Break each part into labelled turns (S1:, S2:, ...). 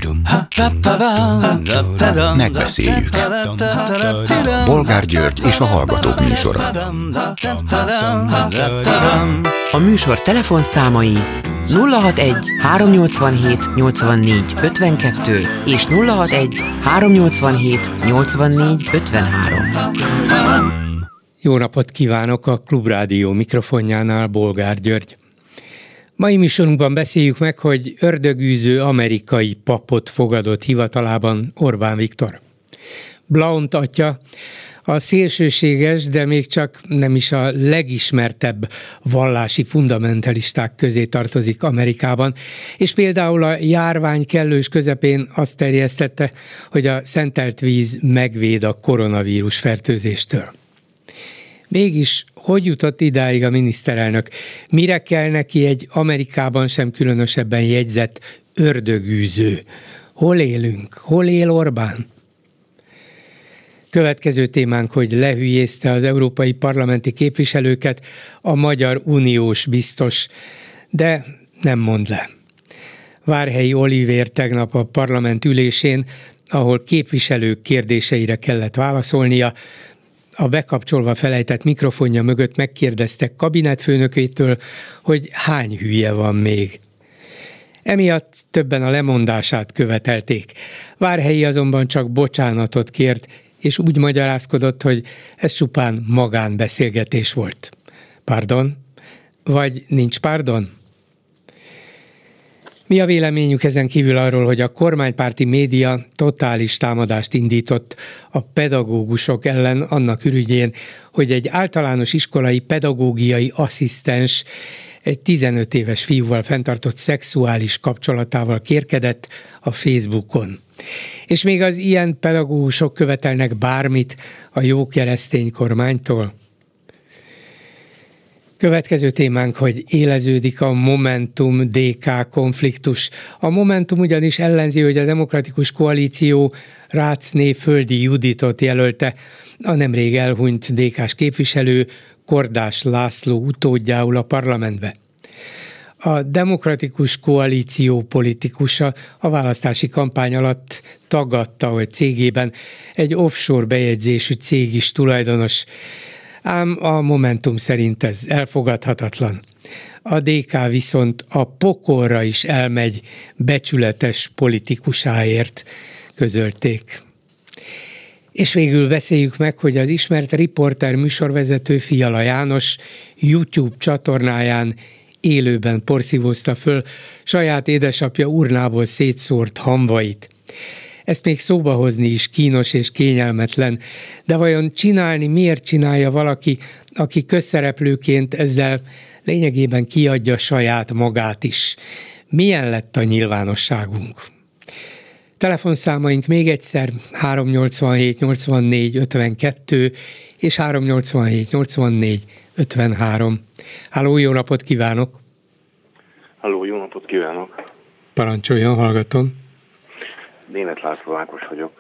S1: Megbeszéljük. Bolgár György és a Hallgatók műsora.
S2: A műsor telefonszámai 061 387 84 52 és 061 387 84 53.
S3: Jó napot kívánok, a Klubrádió mikrofonjánál Bolgár György. Mai műsorunkban beszéljük meg, hogy ördögűző amerikai papot fogadott hivatalában Orbán Viktor. Blount atya a szélsőséges, de még csak nem is a legismertebb vallási fundamentalisták közé tartozik Amerikában, és például a járvány kellős közepén azt terjesztette, hogy a szentelt víz megvéd a koronavírus fertőzéstől. Mégis, hogy jutott idáig a miniszterelnök? Mire kell neki egy Amerikában sem különösebben jegyzett ördögűző? Hol élünk? Hol él Orbán? Következő témánk, hogy lehülyézte az európai parlamenti képviselőket a magyar uniós biztos, de nem mond le. Várhelyi Olivér tegnap a parlament ülésén, ahol képviselők kérdéseire kellett válaszolnia, a bekapcsolva felejtett mikrofonja mögött megkérdeztek kabinetfőnökétől, hogy hány hülye van még. Emiatt többen a lemondását követelték. Várhelyi azonban csak bocsánatot kért, és úgy magyarázkodott, hogy ez csupán magánbeszélgetés volt. Pardon? Vagy nincs pardon? Mi a véleményük ezen kívül arról, hogy a kormánypárti média totális támadást indított a pedagógusok ellen annak ürügyén, hogy egy általános iskolai pedagógiai asszisztens egy 15 éves fiúval fenntartott szexuális kapcsolatával kérkedett a Facebookon. És még az ilyen pedagógusok követelnek bármit a jó keresztény kormánytól? Következő témánk, hogy éleződik a Momentum-DK konfliktus. A Momentum ugyanis ellenzi, hogy a Demokratikus Koalíció Ráczné Földi Juditot jelölte, a nemrég elhunyt DK-s képviselő Kordás László utódjául a parlamentbe. A Demokratikus Koalíció politikusa a választási kampány alatt tagadta, hogy cégében egy offshore bejegyzésű cég is tulajdonos, ám a Momentum szerint ez elfogadhatatlan. A DK viszont a pokolra is elmegy becsületes politikusáért, közölték. És végül beszéljük meg, hogy az ismert riporter műsorvezető Fiala János YouTube csatornáján élőben porszívózta föl saját édesapja urnából szétszórt hamvait. Ezt még szóba hozni is kínos és kényelmetlen, de vajon csinálni miért csinálja valaki, aki közszereplőként ezzel lényegében kiadja saját magát is? Milyen lett a nyilvánosságunk? Telefonszámaink még egyszer 387 84 52 és 387 84 53. Halló, jó napot kívánok!
S4: Halló, jó napot kívánok!
S3: Parancsoljon, hallgatom!
S4: Németh László Ákos vagyok.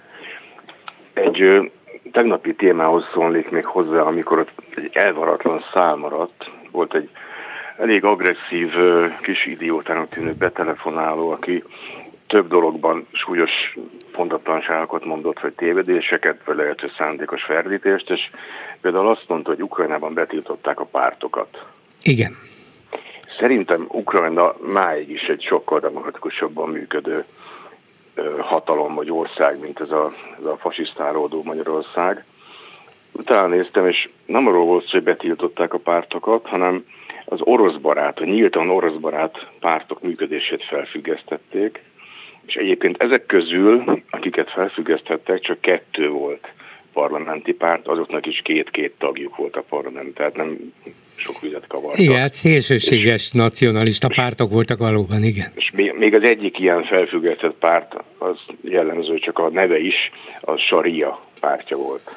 S4: Egy tegnapi témához szólnék még hozzá, amikor ott egy elvaratlan szál maradt. Volt egy elég agresszív kis idiótának tűnő betelefonáló, aki több dologban súlyos pontatlanságokat mondott, vagy tévedéseket, vagy lehet, hogy szándékos ferdítést, és például azt mondta, hogy Ukrajnában betiltották a pártokat.
S3: Igen.
S4: Szerintem Ukrajna máig is egy sokkal demokratikusabban működő hatalom vagy ország, mint ez a fasisztálódó Magyarország. Utána néztem, és nem arról volt szó, hogy betiltották a pártokat, hanem az oroszbarát, a nyíltan oroszbarát pártok működését felfüggesztették, és egyébként ezek közül, akiket felfüggesztettek, csak 2 volt parlamenti párt, azoknak is 2 tagjuk volt a parlament, tehát nem sok vizet kavartak.
S3: Igen, hát szélsőséges nacionalista pártok voltak valóban, igen.
S4: És még az egyik ilyen felfüggesztett párt, az jellemző, csak a neve is, az Saria pártja volt.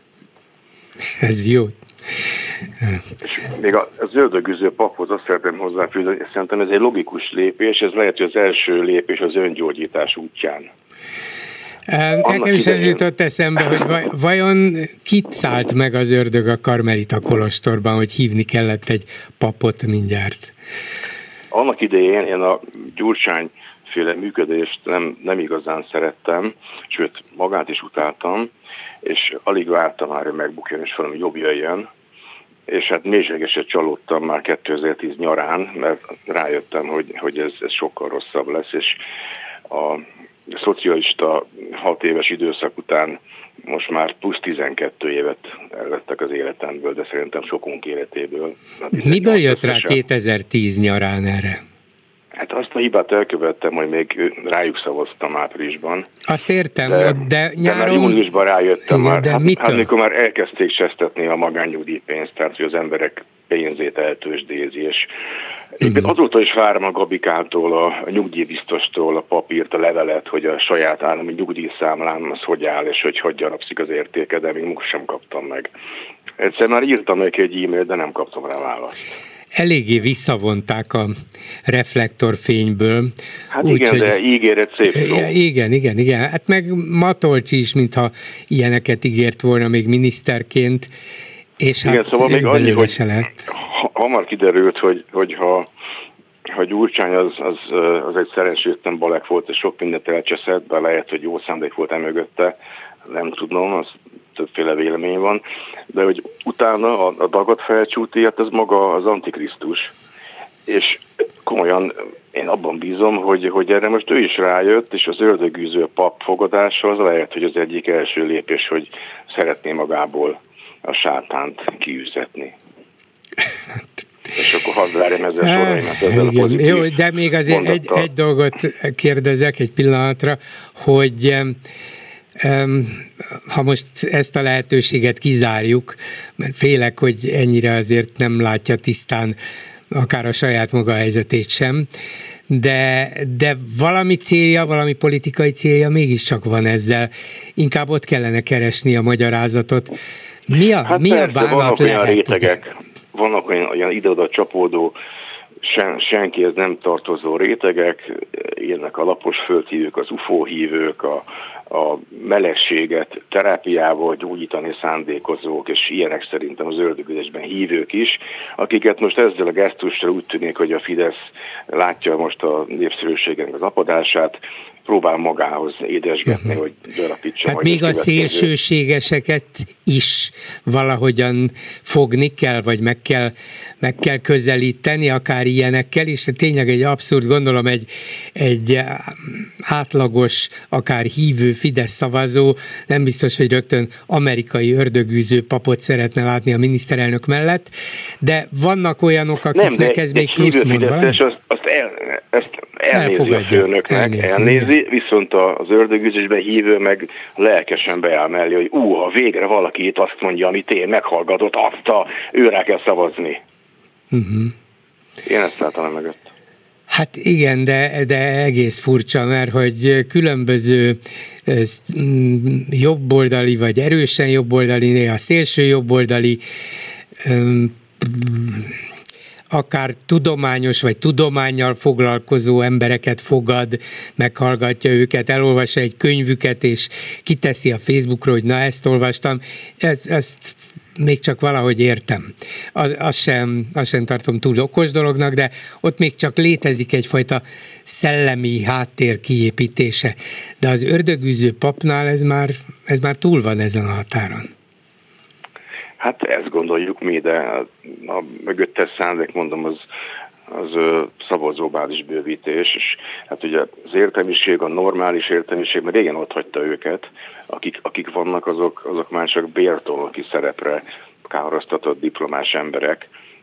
S3: Ez jó.
S4: És még az ördögűző paphoz azt szeretném hozzáfűzni, hogy szerintem ez egy logikus lépés, ez lehet, hogy az első lépés az öngyógyítás útján.
S3: Nekem is ez jutott eszembe, hogy vajon kit szállt meg az ördög a karmelita kolostorban, hogy hívni kellett egy papot mindjárt.
S4: Annak idején én a Gyurcsány féle működést nem igazán szerettem, sőt, magát is utáltam, és alig vártam már, hogy megbukjon, és valami jobb jöjjön. És hát mélységesen csalódtam már 2010 nyarán, mert rájöttem, hogy ez sokkal rosszabb lesz, és a szocialista 6 éves időszak után most már plusz 12 évet elvettek az életemből, de szerintem sokunk életéből.
S3: Miből jött rá 2010 nyarán erre?
S4: Hát azt a hibát elkövettem, hogy még rájuk szavaztam áprilisban.
S3: Azt értem, de nyáron...
S4: De már júniusban rájöttem, igen, már,
S3: hát
S4: amikor már elkezdték sesztetni a magánnyugdíjpénzt, tehát hogy az emberek pénzét eltősdézi, és éppen azóta is várom a Gabikától, a nyugdíjbiztostól a papírt, a levelet, hogy a saját állami nyugdíjszámlám az hogy áll, és hogy gyarapszik az értéke, de még most sem kaptam meg. Egyszer már írtam neki egy e-mailt, de nem kaptam rá választ.
S3: Eléggé visszavonták a reflektorfényből.
S4: Hát igen, de ígéret szép szó.
S3: Igen. Hát meg Matolcsi is, mintha ilyeneket ígért volna még miniszterként, és
S4: igen,
S3: hát
S4: szóval még annyi, hogy
S3: se lett.
S4: Hamar kiderült, hogy ha Gyurcsány az egy szerencsétlen balek volt, és sok mindent elcseszett, de lehet, hogy jó szándék volt mögötte, nem tudom, az többféle vélemény van, de hogy utána a dagat felcsúti, hát ez maga az Antikrisztus, és komolyan én abban bízom, hogy erre most ő is rájött, és az ördögűző pap fogadása az lehet, hogy az egyik első lépés, hogy szeretné magából a sátánt kiűzetni. És akkor hadd várjam ezzel soraimat.
S3: Igen, jó, de még azért egy dolgot kérdezek egy pillanatra, hogy ha most ezt a lehetőséget kizárjuk, mert félek, hogy ennyire azért nem látja tisztán akár a saját maga helyzetét sem, de valami célja, valami politikai célja mégiscsak van ezzel. Inkább ott kellene keresni a magyarázatot. Mi a bánat lehet?
S4: Vannak olyan ide-oda csapódó, senkihez nem tartozó rétegek, ilyenek a lapos földhívők, az UFO hívők, a melegséget terápiával gyógyítani szándékozók, és ilyenek szerintem az ördögüzesben hívők is, akiket most ezzel a gesztussal úgy tűnik, hogy a Fidesz látja most a népszerűségnek az apadását, próbál magához édesgetni, hogy gyarapítsa.
S3: Hát még a szélsőségeseket is valahogyan fogni kell, vagy meg kell közelíteni, akár ilyenekkel, és tényleg egy abszurd, gondolom egy átlagos, akár hívő Fidesz szavazó nem biztos, hogy rögtön amerikai ördögűző papot szeretne látni a miniszterelnök mellett, de vannak olyanok, akiknek ez még plusz mond valami?
S4: Ezt elnézi a főnöknek, elnézi, viszont az ördögüzésben hívő meg lelkesen beáll mellé, hogy ha végre valaki itt azt mondja, amit én meghallgatott, őrá kell szavazni. Én ezt látom mögött.
S3: Hát igen, de egész furcsa, mert hogy különböző jobboldali, vagy erősen jobboldali, néha szélső jobboldali, akár tudományos vagy tudománnyal foglalkozó embereket fogad, meghallgatja őket, elolvassa egy könyvüket, és kiteszi a Facebookra, hogy na ezt olvastam, ezt még csak valahogy értem. Azt sem tartom túl okos dolognak, de ott még csak létezik egyfajta szellemi háttér kiépítése. De az ördögűző papnál ez már túl van ezen a határon.
S4: Hát ezt gondoljuk mi, de a mögöttes szándék, mondom, az szavazóbázis bővítés, és hát ugye az értelmiség, a normális értelmiség, mert régen ott hagyta őket, akik vannak, azok már csak bértolnoki szerepre károztatott diplomás emberek.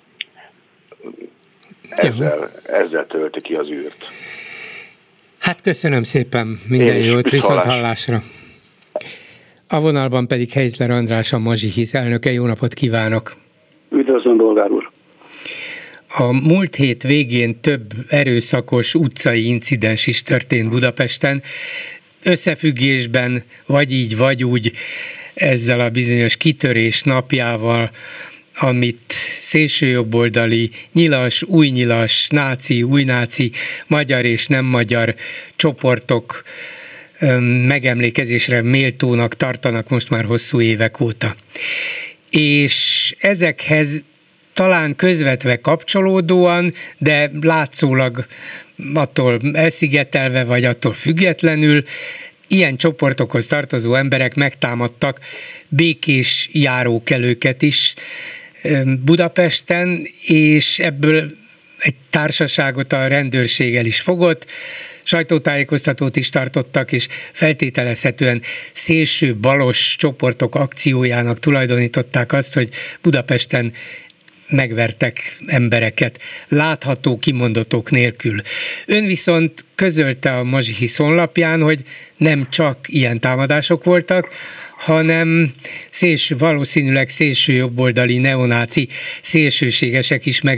S4: Ezzel tölti ki az űrt.
S3: Hát köszönöm szépen, minden jót, viszont hallásra. A vonalban pedig Heizler András, a Mazsihisz elnöke. Jó napot kívánok!
S5: Üdvözlöm, Bolgár úr!
S3: A múlt hét végén több erőszakos utcai incidens is történt Budapesten. Összefüggésben vagy így, vagy úgy ezzel a bizonyos kitörés napjával, amit szélsőjobboldali, nyilas, új nyilas, náci, új náci, magyar és nem magyar csoportok megemlékezésre méltónak tartanak most már hosszú évek óta. És ezekhez talán közvetve kapcsolódóan, de látszólag attól elszigetelve, vagy attól függetlenül ilyen csoportokhoz tartozó emberek megtámadtak békés járókelőket is Budapesten, és ebből egy társaságot a rendőrség el is fogott, sajtótájékoztatót is tartottak, és feltételezhetően szélső balos csoportok akciójának tulajdonították azt, hogy Budapesten megvertek embereket, látható kimondatok nélkül. Ön viszont közölte a Mazsihisz honlapján, hogy nem csak ilyen támadások voltak, hanem valószínűleg szélső jobboldali neonáci szélsőségesek is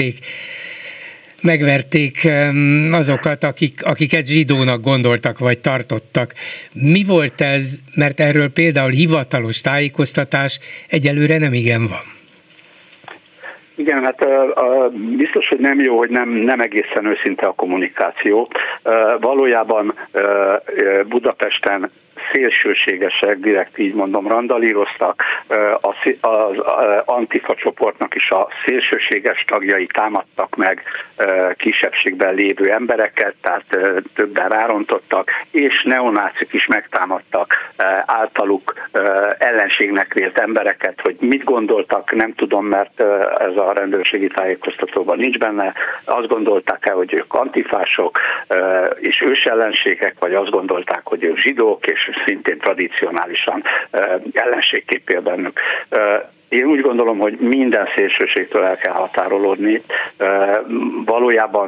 S3: megverték azokat, akiket zsidónak gondoltak vagy tartottak. Mi volt ez? Mert erről például hivatalos tájékoztatás egyelőre nem igen van.
S5: Igen, hát biztos, hogy nem jó, hogy nem egészen őszinte a kommunikáció. Valójában Budapesten szélsőségesek, direkt így mondom, randalíroztak, az Antifa csoportnak is a szélsőséges tagjai támadtak meg kisebbségben lévő embereket, tehát többen rárontottak, és neonácik is megtámadtak általuk ellenségnek vélt embereket, hogy mit gondoltak, nem tudom, mert ez a rendőrségi tájékoztatóban nincs benne, azt gondolták el, hogy ők antifások és ősellenségek, vagy azt gondolták, hogy ők zsidók, és szintén tradicionálisan ellenségképp él bennük. Én úgy gondolom, hogy minden szélsőségtől el kell határolódni. Valójában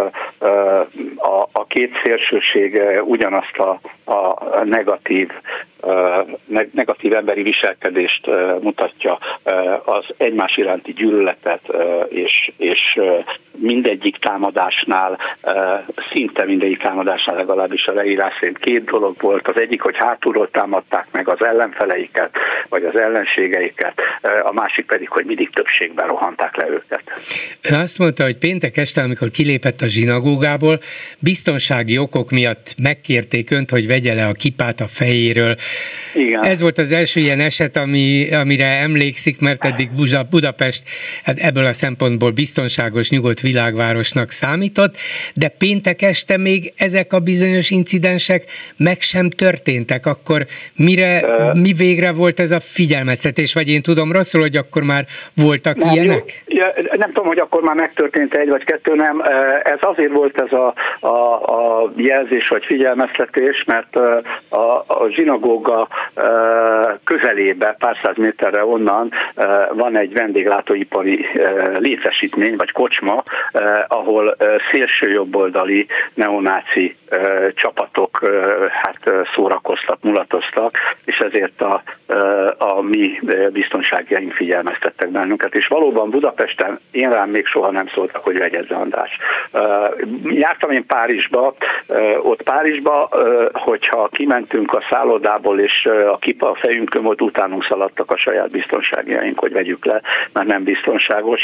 S5: a két szélsőség ugyanazt a negatív emberi viselkedést mutatja, az egymás iránti gyűlöletet, és mindegyik támadásnál, szinte mindegyik támadásnál legalábbis a leírás szerint két dolog volt. Az egyik, hogy hátulról támadták meg az ellenfeleiket, vagy az ellenségeiket, a másik pedig, hogy mindig többségben rohanták le őket.
S3: Ön azt mondta, hogy péntek este, amikor kilépett a zsinagógából, biztonsági okok miatt megkérték önt, hogy vegye le a kipát a fejéről.
S5: Igen.
S3: Ez volt az első ilyen eset, amire emlékszik, mert eddig Budapest ebből a szempontból biztonságos, nyugodt világvárosnak számított, de péntek este még ezek a bizonyos incidensek meg sem történtek. Akkor mi végre volt ez a figyelmeztetés, vagy én tudom rosszul, hogy akkor már voltak ilyenek?
S5: Nem tudom, hogy akkor már megtörtént egy vagy kettő, nem. Ez azért volt ez a jelzés vagy figyelmeztetés, mert a zsinagóga közelébe, pár száz méterre onnan van egy vendéglátóipari létesítmény, vagy kocsma, ahol szélsőjobboldali neonáci csapatok szórakoztak, mulatoztak, és ezért a mi biztonságiaink figyelmeztettek bennünket. És valóban Budapesten én rám még soha nem szóltak, hogy vegyezze András. Jártam én Párizsba, ott Párizsba, hogyha kimentünk a szállodából, és a kipa a fejünkön volt, utánunk szaladtak a saját biztonságiaink, hogy vegyük le, mert nem biztonságos.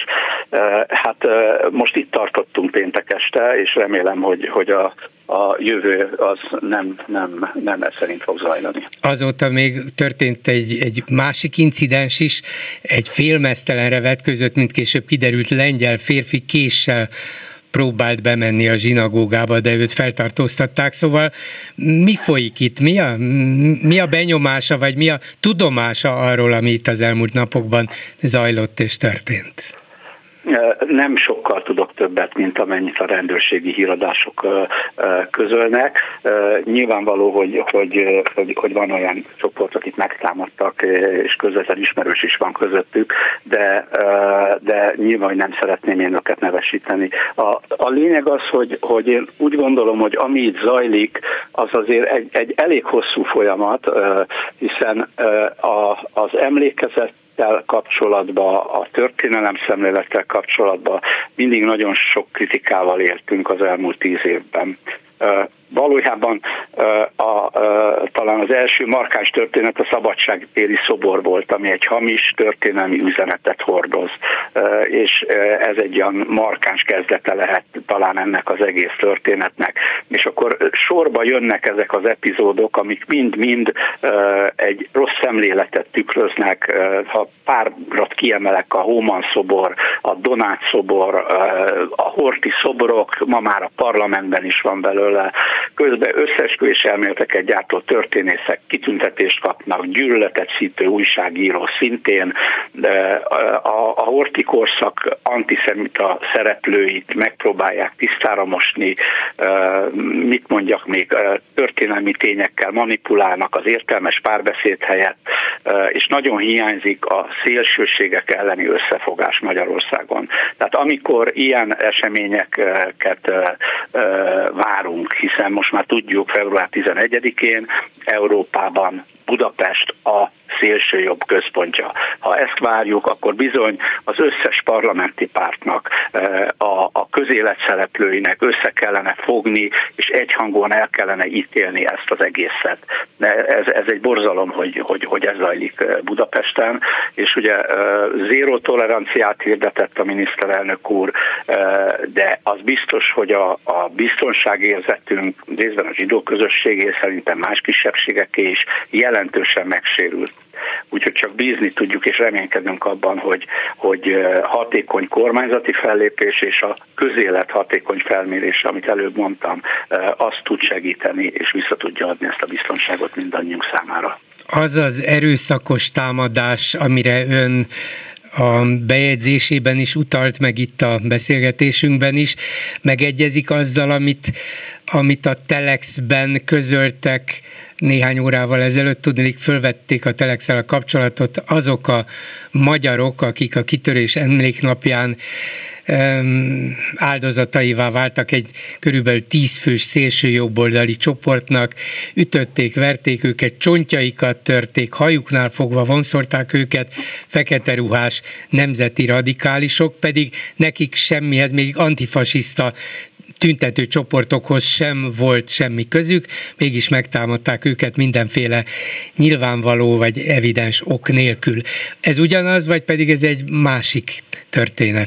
S5: Hát most itt tartottunk péntek este, és remélem, hogy a jövő az nem ez szerint fog zajlani.
S3: Azóta még történt egy másik incidens is, egy félmeztelenre vetközött, mint később kiderült, lengyel férfi késsel próbált bemenni a zsinagógába, de őt feltartóztatták, szóval mi folyik itt? Mi a benyomása, vagy mi a tudomása arról, ami itt az elmúlt napokban zajlott és történt?
S5: Nem sokkal tudok többet, mint amennyit a rendőrségi híradások közölnek. Nyilvánvaló, hogy van olyan csoport, akit megtámadtak, és közvetlen ismerős is van közöttük, de nyilván nem szeretném én őket nevesíteni. A lényeg az, hogy én úgy gondolom, hogy ami itt zajlik, az azért egy elég hosszú folyamat, hiszen az emlékezet kapcsolatban, a történelem szemlélettel kapcsolatban mindig nagyon sok kritikával éltünk az elmúlt 10 évben. Valójában talán az első markáns történet a szabadságtéri szobor volt, ami egy hamis történelmi üzenetet hordoz, és ez egy olyan markáns kezdete lehet talán ennek az egész történetnek. És akkor sorba jönnek ezek az epizódok, amik mind-mind egy rossz szemléletet tükröznek. Ha párat kiemelek, a Hóman szobor, a Donát szobor, a Horthy szoborok, ma már a parlamentben is van belőle, közben összeesküvés elméleteket gyártó történészek kitüntetést kapnak, gyűlöletet szítő újságíró szintén, a Horthy korszak antiszemita szereplőit megpróbálják tisztára mosni, mit mondjak még, történelmi tényekkel manipulálnak az értelmes párbeszéd helyett, és nagyon hiányzik a szélsőségek elleni összefogás Magyarországon. Tehát amikor ilyen eseményeket várunk, hiszen most már tudjuk, február 11-én Európában Budapest a szélsőjobb központja. Ha ezt várjuk, akkor bizony az összes parlamenti pártnak, a közélet szereplőinek össze kellene fogni, és egyhangúan el kellene ítélni ezt az egészet. Ez egy borzalom, hogy ez zajlik Budapesten, és ugye zéró toleranciát hirdetett a miniszterelnök úr, de az biztos, hogy a biztonságérzetünk részben a zsidó közösségé, szerintem más kisebbségeké is jelentősen megsérült. Úgyhogy csak bízni tudjuk és reménykedünk abban, hogy hatékony kormányzati fellépés és a közélet hatékony felmérése, amit előbb mondtam, azt tud segíteni és vissza tudja adni ezt a biztonságot mindannyiunk számára.
S3: Az az erőszakos támadás, amire ön a bejegyzésében is utalt, meg itt a beszélgetésünkben is, megegyezik azzal, amit a Telexben közöltek néhány órával ezelőtt, tudniillik fölvették a Telexsel a kapcsolatot azok a magyarok, akik a kitörés emléknapján áldozataivá váltak egy körülbelül 10 fős szélsőjobboldali csoportnak, ütötték, verték őket, csontjaikat törték, hajuknál fogva vonszolták őket, fekete ruhás nemzeti radikálisok, pedig nekik semmihez, még antifasiszta tüntető csoportokhoz sem volt semmi közük, mégis megtámadták őket mindenféle nyilvánvaló vagy evidens ok nélkül. Ez ugyanaz, vagy pedig ez egy másik történet?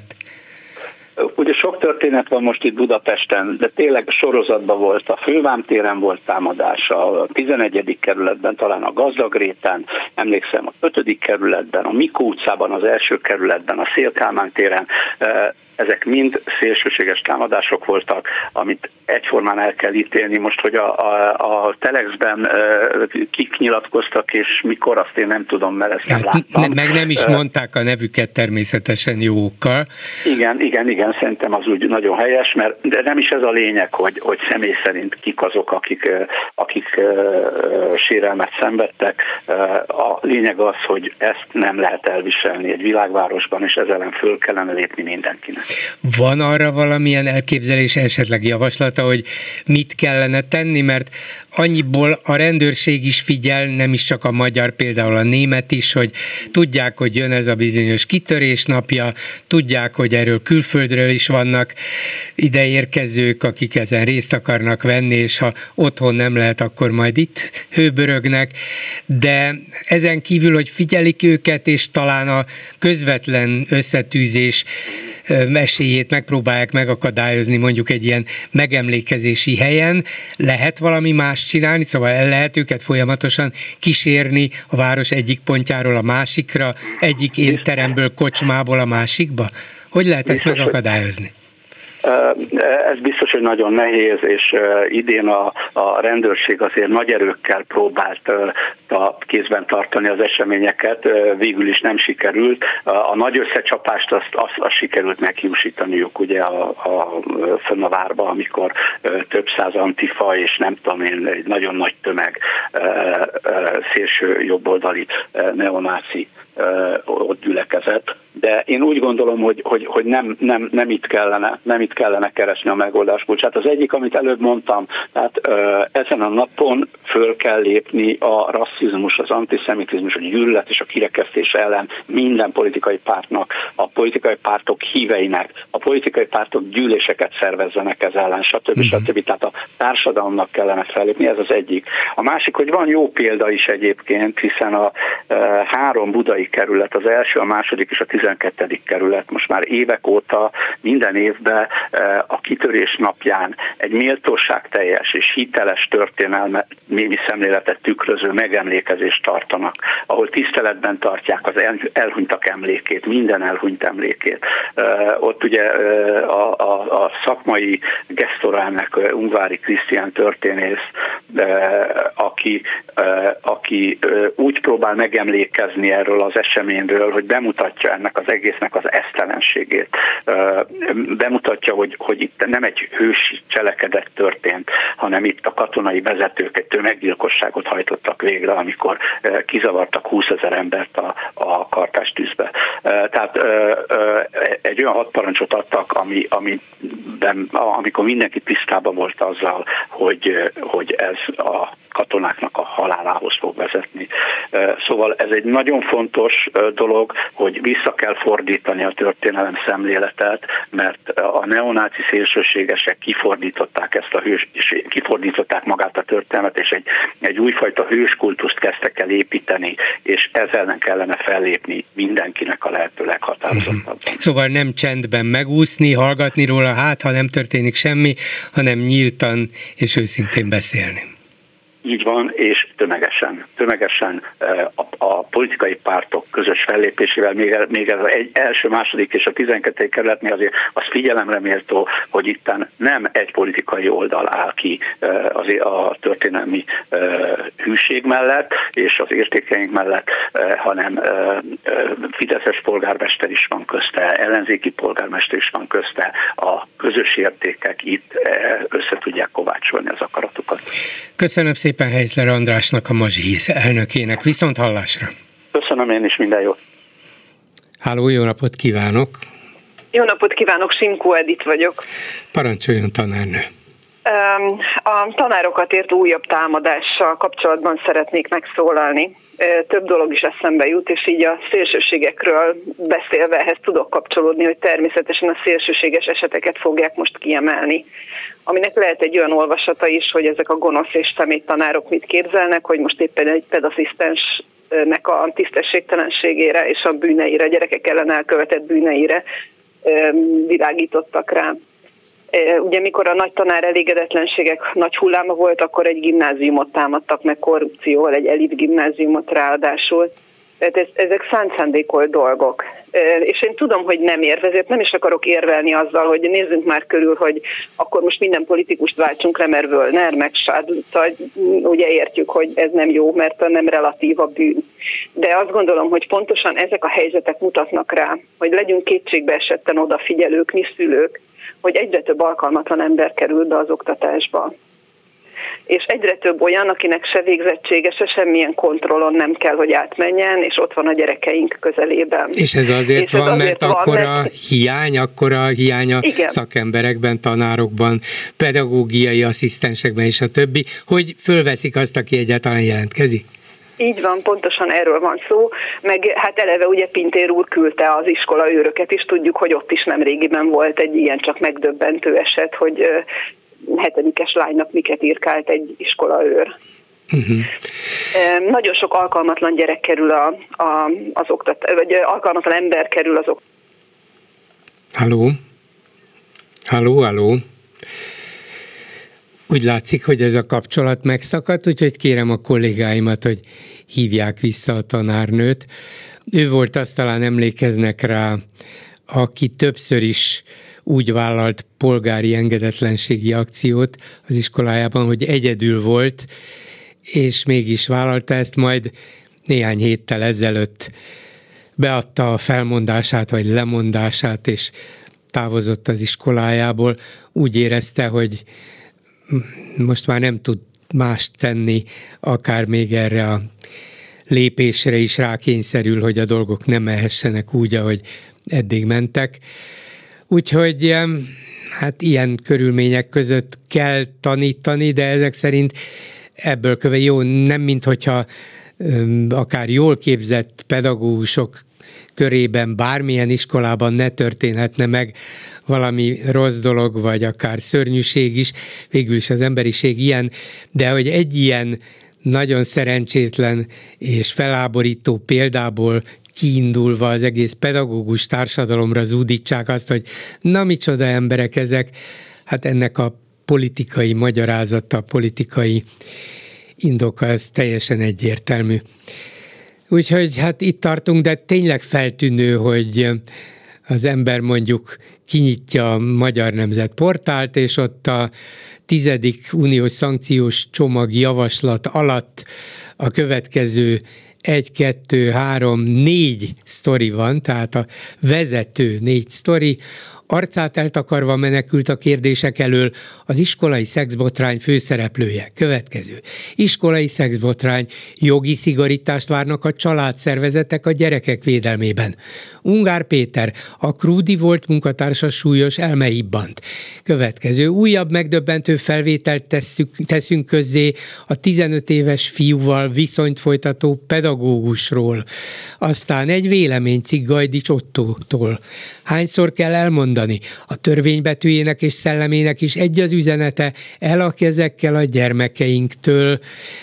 S5: Ugye sok történet van most itt Budapesten, de tényleg sorozatban volt, a Fővám téren volt támadás, a 11. kerületben, talán a Gazdagréten, emlékszem a 5. kerületben, a Mikó utcában, az 1. kerületben, a Széll-Kálmán téren, ezek mind szélsőséges támadások voltak, amit egyformán el kell ítélni. Most, hogy a Telexben kik nyilatkoztak, és mikor, azt én nem tudom, mert ezt nem láttam.
S3: Meg nem is mondták a nevüket természetesen jó okkal.
S5: Igen, szerintem az úgy nagyon helyes, de nem is ez a lényeg, hogy személy szerint kik azok, akik sérelmet szenvedtek. A lényeg az, hogy ezt nem lehet elviselni egy világvárosban, és ezzel ellen föl kellene lépni mindenkinek.
S3: Van arra valamilyen elképzelés, esetleg javaslata, hogy mit kellene tenni, mert annyiból a rendőrség is figyel, nem is csak a magyar, például a német is, hogy tudják, hogy jön ez a bizonyos kitörés napja, tudják, hogy erről külföldről is vannak ideérkezők, akik ezen részt akarnak venni, és ha otthon nem lehet, akkor majd itt hőbörögnek, de ezen kívül, hogy figyelik őket, és talán a közvetlen összetűzés esélyét megpróbálják megakadályozni mondjuk egy ilyen megemlékezési helyen, lehet valami más csinálni, szóval el lehet őket folyamatosan kísérni a város egyik pontjáról a másikra, egyik étteremből, kocsmából a másikba? Hogy lehet ezt megakadályozni?
S5: Ez biztos, hogy nagyon nehéz, és idén a rendőrség azért nagy erőkkel próbált kézben tartani az eseményeket, végül is nem sikerült. A nagy összecsapást azt sikerült meghiúsítaniuk ugye fönn a várba, amikor több száz antifa és nem tudom én, egy nagyon nagy tömeg szélső jobboldali neonáci ott gyülekezett. de én úgy gondolom, hogy nem itt kellene keresni a megoldás kulcsát. Az egyik, amit előbb mondtam, tehát ezen a napon föl kell lépni a rasszizmus, az antiszemitizmus, a gyűlölet és a kirekesztés ellen minden politikai pártnak, a politikai pártok híveinek, a politikai pártok gyűléseket szervezzenek ez ellen, stb. Tehát a társadalomnak kellene fellépni, ez az egyik. A másik, hogy van jó példa is egyébként, hiszen a 3 budai kerület, az első, a második és a 12. kerület most már évek óta minden évben a kitörés napján egy méltóságteljes és hiteles történelmi szemléletet tükröző megemlékezést tartanak, ahol tiszteletben tartják az elhunytak emlékét, minden elhunyt emlékét. Ott ugye a szakmai gesztorálnak Ungvári Krisztián történész, aki úgy próbál megemlékezni erről az eseményről, hogy bemutatja ennek az egésznek az esztelenségét. Bemutatja, hogy itt nem egy hősi cselekedet történt, hanem itt a katonai vezetők egy tömeggyilkosságot hajtottak végre, amikor kizavartak 20 000 embert a kartástűzbe. Tehát egy olyan hadparancsot adtak, amikor mindenki tisztában volt azzal, hogy ez a katonáknak a halálához fog vezetni. Szóval ez egy nagyon fontos dolog, hogy vissza kell fordítani a történelem szemléletet, mert a neonáci szélsőségesek kifordították magát a történelmet, és egy újfajta hőskultuszt kezdtek el építeni, és ezzel ellen kellene fellépni mindenkinek a lehető leghatározottabban.
S3: Szóval nem csendben megúszni, hallgatni róla, ha nem történik semmi, hanem nyíltan és őszintén beszélni.
S5: Így van, és tömegesen a politikai pártok közös fellépésével, még ez az első, második és a 12. kerületnél azért az figyelemre méltó, hogy itten nem egy politikai oldal áll ki a történelmi hűség mellett és az értékeink mellett, hanem fideszes polgármester is van közte, ellenzéki polgármester is van közte, a közös értékek itt össze tudják kovácsolni az akaratukat.
S3: Köszönöm szépen Heisler Andrásnak, a Mazsihisz elnökének. Viszont hallásra!
S5: Köszönöm én is, minden jót!
S3: Háló, jó napot kívánok!
S6: Jó napot kívánok, Simkó Edit vagyok.
S3: Parancsoljon, tanárnő!
S6: A tanárokat ért újabb támadással kapcsolatban szeretnék megszólalni. Több dolog is eszembe jut, és így a szélsőségekről beszélve ehhez tudok kapcsolódni, hogy természetesen a szélsőséges eseteket fogják most kiemelni. Aminek lehet egy olyan olvasata is, hogy ezek a gonosz és szemét tanárok mit képzelnek, hogy most éppen egy pedasszisztensnek a tisztességtelenségére és a bűneire, a gyerekek ellen elkövetett bűneire világítottak rá. Ugye mikor a nagy tanár elégedetlenségek nagy hulláma volt, akkor egy gimnáziumot támadtak meg korrupcióval, egy elit gimnáziumot ráadásul. Tehát ezek szándékolt dolgok. És én tudom, hogy nem érve, ezért nem is akarok érvelni azzal, hogy nézzünk már körül, hogy akkor most minden politikust váltsunk le, mert Völner, meg Sád, ugye értjük, hogy ez nem jó, mert nem relatív a bűn. De azt gondolom, hogy pontosan ezek a helyzetek mutatnak rá, hogy legyünk kétségbe esetten odafigyelők, mi szülők, hogy egyre több alkalmatlan ember kerül be az oktatásba. És egyre több olyan, akinek se végzettsége, se semmilyen kontrollon nem kell, hogy átmenjen, és ott van a gyerekeink közelében.
S3: És ez azért van, mert akkora hiány a
S6: igen.
S3: Szakemberekben, tanárokban, pedagógiai asszisztensekben és a többi, hogy fölveszik azt, aki egyáltalán jelentkezik?
S6: Így van, pontosan erről van szó, meg hát eleve ugye Pintér úr küldte az iskola őröket is, tudjuk, hogy ott is nemrégiben volt egy ilyen csak megdöbbentő eset, hogy 7-es lánynak miket írkált egy iskolaőr. Nagyon sok alkalmatlan gyerek kerül az vagy alkalmatlan ember kerül az
S3: Halló. Úgy látszik, hogy ez a kapcsolat megszakadt, úgyhogy kérem a kollégáimat, hogy hívják vissza a tanárnőt. Ő volt, azt talán emlékeznek rá, aki többször is úgy vállalt polgári engedetlenségi akciót az iskolájában, hogy egyedül volt, és mégis vállalta ezt, majd néhány héttel ezelőtt beadta a felmondását vagy lemondását, és távozott az iskolájából. Úgy érezte, hogy most már nem tud mást tenni, akár még erre a lépésre is rákényszerül, hogy a dolgok nem mehessenek úgy, ahogy eddig mentek. Úgyhogy hát ilyen körülmények között kell tanítani, de ezek szerint ebből jó, nem minthogyha akár jól képzett pedagógusok körében bármilyen iskolában ne történhetne meg valami rossz dolog, vagy akár szörnyűség is, végül is az emberiség ilyen, de hogy egy ilyen nagyon szerencsétlen és feláborító példából kiindulva az egész pedagógus társadalomra zúdítsák azt, hogy na micsoda emberek ezek, hát ennek a politikai magyarázata, politikai indoka, ez teljesen egyértelmű. Úgyhogy hát itt tartunk, de tényleg feltűnő, hogy az ember mondjuk kinyitja a Magyar Nemzet portált, és ott a 10. uniós szankciós csomag javaslat alatt a következő 1, 2, 3, 4 sztori van, tehát a vezető 4 sztori. Arcát eltakarva menekült a kérdések elől az iskolai szexbotrány főszereplője. Következő. Iskolai szexbotrány, jogi szigorítást várnak a családszervezetek a gyerekek védelmében. Ungár Péter, a Krúdi volt munkatársa súlyos elmehibbant. Következő. Újabb megdöbbentő felvételt teszünk közzé a 15 éves fiúval viszonyt folytató pedagógusról. Aztán egy véleménycikk Gajdics Ottótól. Hányszor kell elmondani? A törvény betűjének és szellemének is egy az üzenete, el a kezekkel a gyermekeinktől.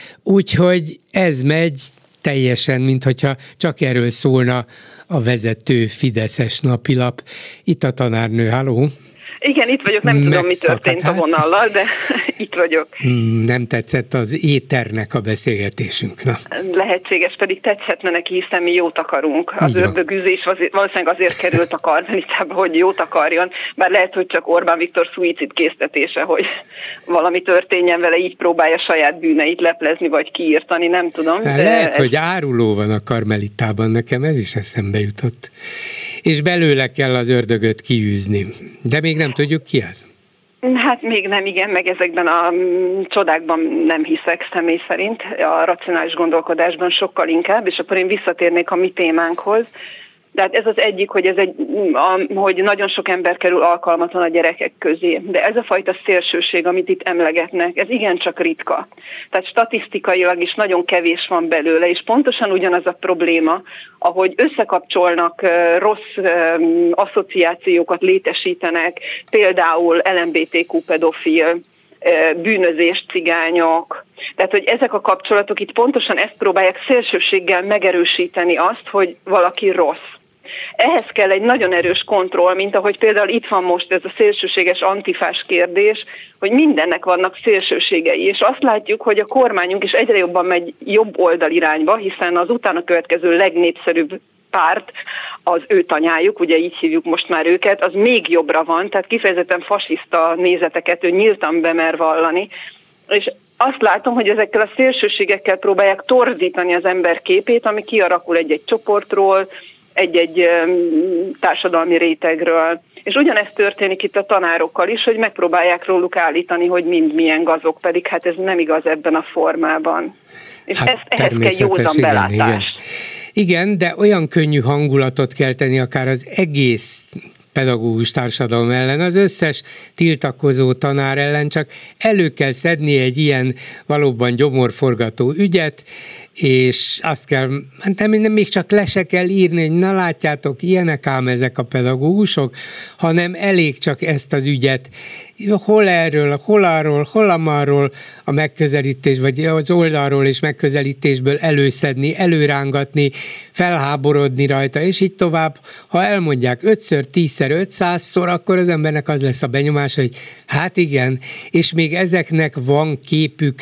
S3: Úgyhogy ez megy teljesen, minthogyha csak erről szólna a vezető fideszes napilap. Itt a tanárnő, halló?
S6: Igen, itt vagyok, nem tudom, mi történt a vonallal, de itt vagyok.
S3: Nem tetszett az éternek a beszélgetésünk. Na.
S6: Lehetséges, pedig tetszhetne neki, hiszen mi jót akarunk. Az ördögűzés valószínűleg azért került a Karmelitába, hogy jót akarjon, bár lehet, hogy csak Orbán Viktor szuicid késztetése, hogy valami történjen vele, így próbálja saját bűneit leplezni, vagy kiírtani, nem tudom.
S3: Lehet, hogy áruló van a Karmelitában, nekem ez is eszembe jutott. És belőle kell az ördögöt kiűzni. De még nem tudjuk, ki az.
S6: Hát még nem, igen, meg ezekben a csodákban nem hiszek személy szerint, a racionális gondolkodásban sokkal inkább, és akkor én visszatérnék a mi témánkhoz. De hát ez az egyik, hogy hogy nagyon sok ember kerül alkalmatlan a gyerekek közé. De ez a fajta szélsőség, amit itt emlegetnek, ez igencsak ritka. Tehát statisztikailag is nagyon kevés van belőle, és pontosan ugyanaz a probléma, ahogy összekapcsolnak, rossz asszociációkat létesítenek, például LMBTQ pedofil, bűnözés, cigányok. Tehát, hogy ezek a kapcsolatok itt pontosan ezt próbálják szélsőséggel megerősíteni azt, hogy valaki rossz. Ehhez kell egy nagyon erős kontroll, mint ahogy például itt van most ez a szélsőséges antifás kérdés, hogy mindennek vannak szélsőségei, és azt látjuk, hogy a kormányunk is egyre jobban megy jobb oldalirányba, hiszen az utána következő legnépszerűbb párt, az ő tanyájuk, ugye így hívjuk most már őket, az még jobbra van, tehát kifejezetten fasiszta nézeteket ő nyíltan bemer vallani, és azt látom, hogy ezekkel a szélsőségekkel próbálják torzítani az ember képét, ami kialakul egy-egy csoportról, egy-egy társadalmi rétegről. És ugyanezt történik itt a tanárokkal is, hogy megpróbálják róluk állítani, hogy mind milyen gazok, pedig hát ez nem igaz ebben a formában. És
S3: hát
S6: ehhez kell józan belátás.
S3: Igen, de olyan könnyű hangulatot kell tenni akár az egész pedagógus társadalom ellen, az összes tiltakozó tanár ellen, csak elő kell szedni egy ilyen valóban gyomorforgató ügyet, és azt kell, nem még csak le se kell írni, hogy na látjátok, ilyenek ám ezek a pedagógusok, hanem elég csak ezt az ügyet, hol erről, hol arról, hol amarról a megközelítés, vagy az oldalról és megközelítésből előszedni, előrángatni, felháborodni rajta, és így tovább. Ha elmondják 5-ször, 10-szer, 500-szor, akkor az embernek az lesz a benyomása, hogy hát igen, és még ezeknek van képük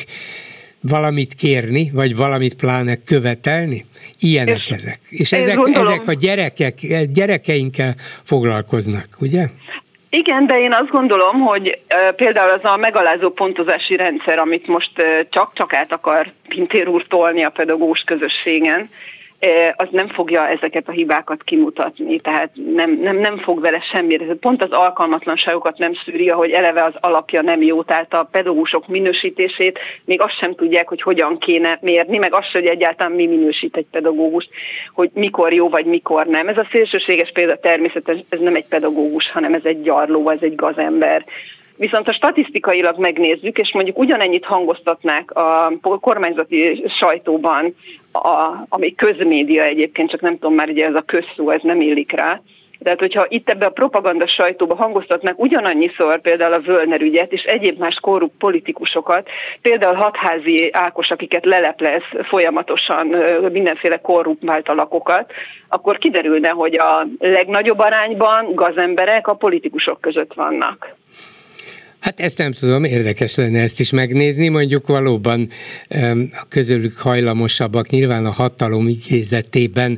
S3: valamit kérni, vagy valamit pláne követelni? Ilyenek ezek. És ezek a gyerekeinkkel foglalkoznak, ugye?
S6: Igen, de én azt gondolom, hogy például az a megalázó pontozási rendszer, amit most csak át akar Pintér úr tolni a pedagógus közösségen, az nem fogja ezeket a hibákat kimutatni, tehát nem fog vele semmire. Pont az alkalmatlanságokat nem szűri, hogy eleve az alapja nem jó, tehát a pedagógusok minősítését még azt sem tudják, hogy hogyan kéne mérni, meg azt sem, hogy egyáltalán mi minősít egy pedagógust, hogy mikor jó vagy mikor nem. Ez a szélsőséges példa természetesen, ez nem egy pedagógus, hanem ez egy gyarló, ez egy gazember. Viszont ha statisztikailag megnézzük, és mondjuk ugyanennyit hangoztatnák a kormányzati sajtóban, ami közmédia egyébként, csak nem tudom már, ugye ez a közszó, ez nem illik rá. Tehát, hogyha itt ebbe a propaganda sajtóba hangoztatnák ugyanannyiszor például a Völner ügyet és egyéb más korrupt politikusokat, például Hatházi Ákos, akiket leleplez folyamatosan mindenféle korruptált alakokat, akkor kiderülne, hogy a legnagyobb arányban gazemberek a politikusok között vannak.
S3: Hát ezt nem tudom, érdekes lenne ezt is megnézni, mondjuk valóban a közülük hajlamosabbak nyilván a hatalom igézetében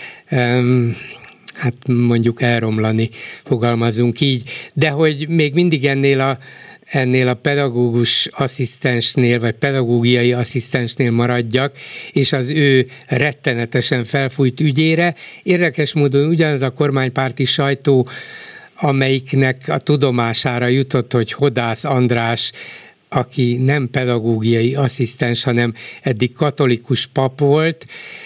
S3: hát mondjuk elromlani, fogalmazunk így, de hogy még mindig ennél a pedagógus asszisztensnél, vagy pedagógiai asszisztensnél maradjak, és az ő rettenetesen felfújt ügyére. Érdekes módon ugyanaz a kormánypárti sajtó, amelyiknek a tudomására jutott, hogy Hodász András, aki nem pedagógiai asszisztens, hanem eddig katolikus pap volt,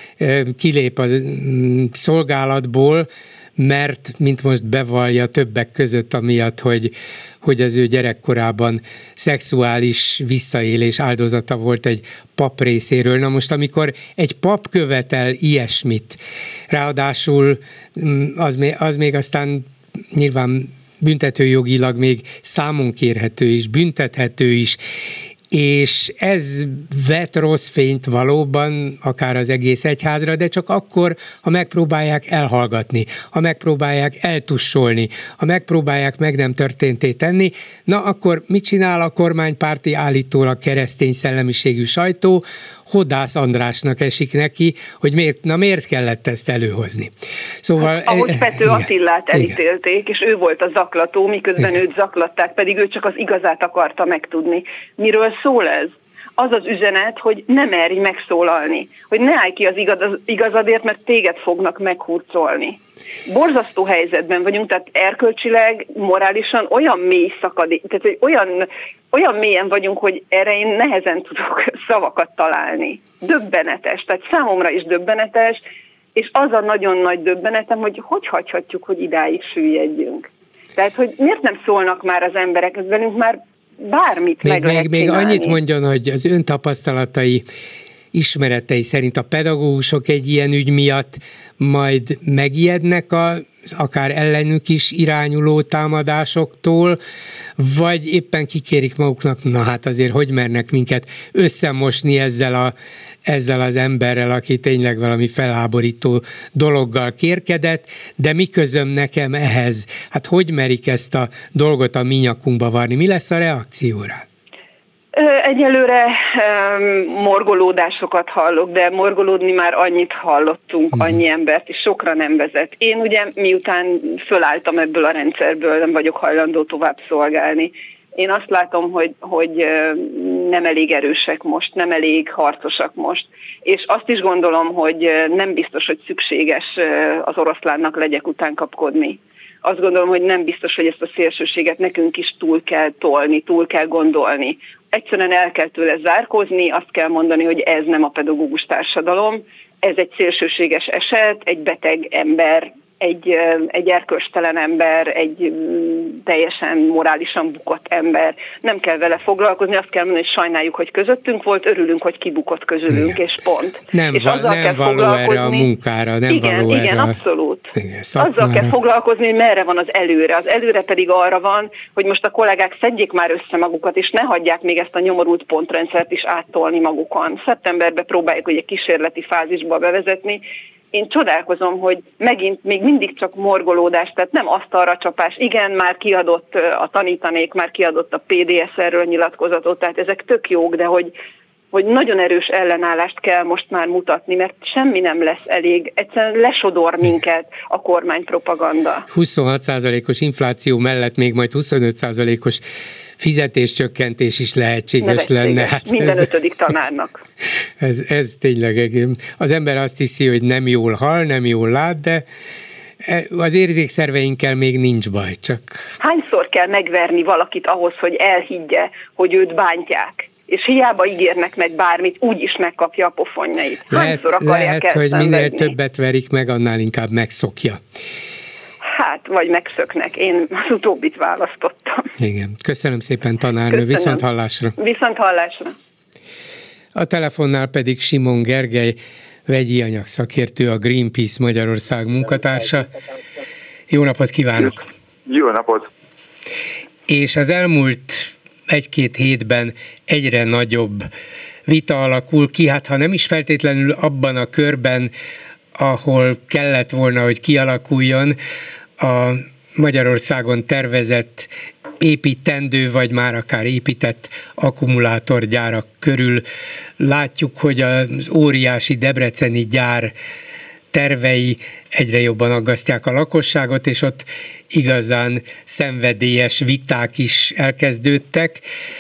S3: kilép a szolgálatból, mert, mint most bevallja többek között amiatt, hogy az ő gyerekkorában szexuális visszaélés áldozata volt egy pap részéről. Na most, amikor egy pap követel ilyesmit, ráadásul az még aztán nyilván büntetőjogilag még számon kérhető is, büntethető is, és ez vet rossz fényt valóban akár az egész egyházra, de csak akkor, ha megpróbálják elhallgatni, ha megpróbálják eltussolni, ha megpróbálják meg nem történté tenni, na akkor mit csinál a kormánypárti állítólag keresztény szellemiségű sajtó? Hodász Andrásnak esik neki, hogy miért kellett ezt előhozni. Szóval,
S6: ahogy Pető Attillát elítélték, és ő volt a zaklató, miközben őt zaklatták, pedig ő csak az igazát akarta megtudni. Miről szól ez? Az az üzenet, hogy ne merj megszólalni, hogy ne állj ki az igazadért, mert téged fognak meghurcolni. Borzasztó helyzetben vagyunk, tehát erkölcsileg, morálisan olyan mély szakadék, tehát hogy olyan mélyen vagyunk, hogy erre én nehezen tudok szavakat találni. Döbbenetes, tehát számomra is döbbenetes, és az a nagyon nagy döbbenetem, hogy hagyhatjuk, hogy idáig süllyedjünk. Tehát, hogy miért nem szólnak már az emberek, ez velünk már bármit meg lehet
S3: még annyit mondjon, hogy az ön tapasztalatai, ismeretei szerint a pedagógusok egy ilyen ügy miatt majd megijednek akár ellenük is irányuló támadásoktól, vagy éppen kikérik maguknak, na hát azért hogy mernek minket összemosni ezzel az emberrel, aki tényleg valami felháborító dologgal kérkedett, de mi közöm nekem ehhez? Hát hogy merik ezt a dolgot a mi nyakunkba varni? Mi lesz a reakcióra?
S6: Egyelőre morgolódásokat hallok, de morgolódni már annyit hallottunk, annyi embert, és sokra nem vezet. Én ugye miután fölálltam ebből a rendszerből, nem vagyok hajlandó tovább szolgálni. Én azt látom, hogy nem elég erősek most, nem elég harcosak most, és azt is gondolom, hogy nem biztos, hogy szükséges az oroszlánnak legyek után kapkodni. Azt gondolom, hogy nem biztos, hogy ezt a szélsőséget nekünk is túl kell tolni, túl kell gondolni. Egyszerűen el kell tőle zárkózni, azt kell mondani, hogy ez nem a pedagógus társadalom, ez egy szélsőséges eset, egy beteg ember, egy erkölcstelen ember, egy teljesen morálisan bukott ember. Nem kell vele foglalkozni, azt kell mondani, hogy sajnáljuk, hogy közöttünk volt, örülünk, hogy kibukott közülünk, és pont.
S3: Nem való erre a munkára, nem való erre.
S6: Igen, abszolút. Azzal kell foglalkozni, hogy merre van az előre. Az előre pedig arra van, hogy most a kollégák szedjék már össze magukat, és ne hagyják még ezt a nyomorult pontrendszert is áttolni magukon. Szeptemberben próbáljuk egy kísérleti fázisba bevezetni. Én csodálkozom, hogy megint még mindig csak morgolódás, tehát nem asztalra csapás. Igen, már kiadott a tanítanék, már kiadott a PDS erről nyilatkozatot, tehát ezek tök jók, de hogy hogy nagyon erős ellenállást kell most már mutatni, mert semmi nem lesz elég, egyszerűen lesodor minket a kormánypropaganda.
S3: 26%-os infláció mellett még majd 25%-os fizetéscsökkentés is lehetséges lenne. Hát
S6: minden ötödik tanárnak.
S3: Ez tényleg, az ember azt hiszi, hogy nem jól hall, nem jól lát, de az érzékszerveinkkel még nincs baj, csak... Hányszor
S6: kell megverni valakit ahhoz, hogy elhiggye, hogy őt bántják? És hiába ígérnek meg bármit, úgyis megkapja a pofonjait.
S3: Lehet, hogy minél többet verik meg, annál inkább megszokja.
S6: Hát, vagy megszöknek. Én az utóbbit választottam.
S3: Igen. Köszönöm szépen, tanárnő. Viszont hallásra.
S6: Viszont hallásra.
S3: A telefonnál pedig Simon Gergely, vegyi anyag szakértő, a Greenpeace Magyarország munkatársa. Jó napot kívánok!
S7: Jó napot!
S3: És az elmúlt 1-2 hétben egyre nagyobb vita alakul ki, hát ha nem is feltétlenül abban a körben, ahol kellett volna, hogy kialakuljon, a Magyarországon tervezett építendő, vagy már akár épített akkumulátorgyárak körül. Látjuk, hogy az óriási debreceni gyár tervei egyre jobban aggasztják a lakosságot, és ott igazán szenvedélyes viták is elkezdődtek.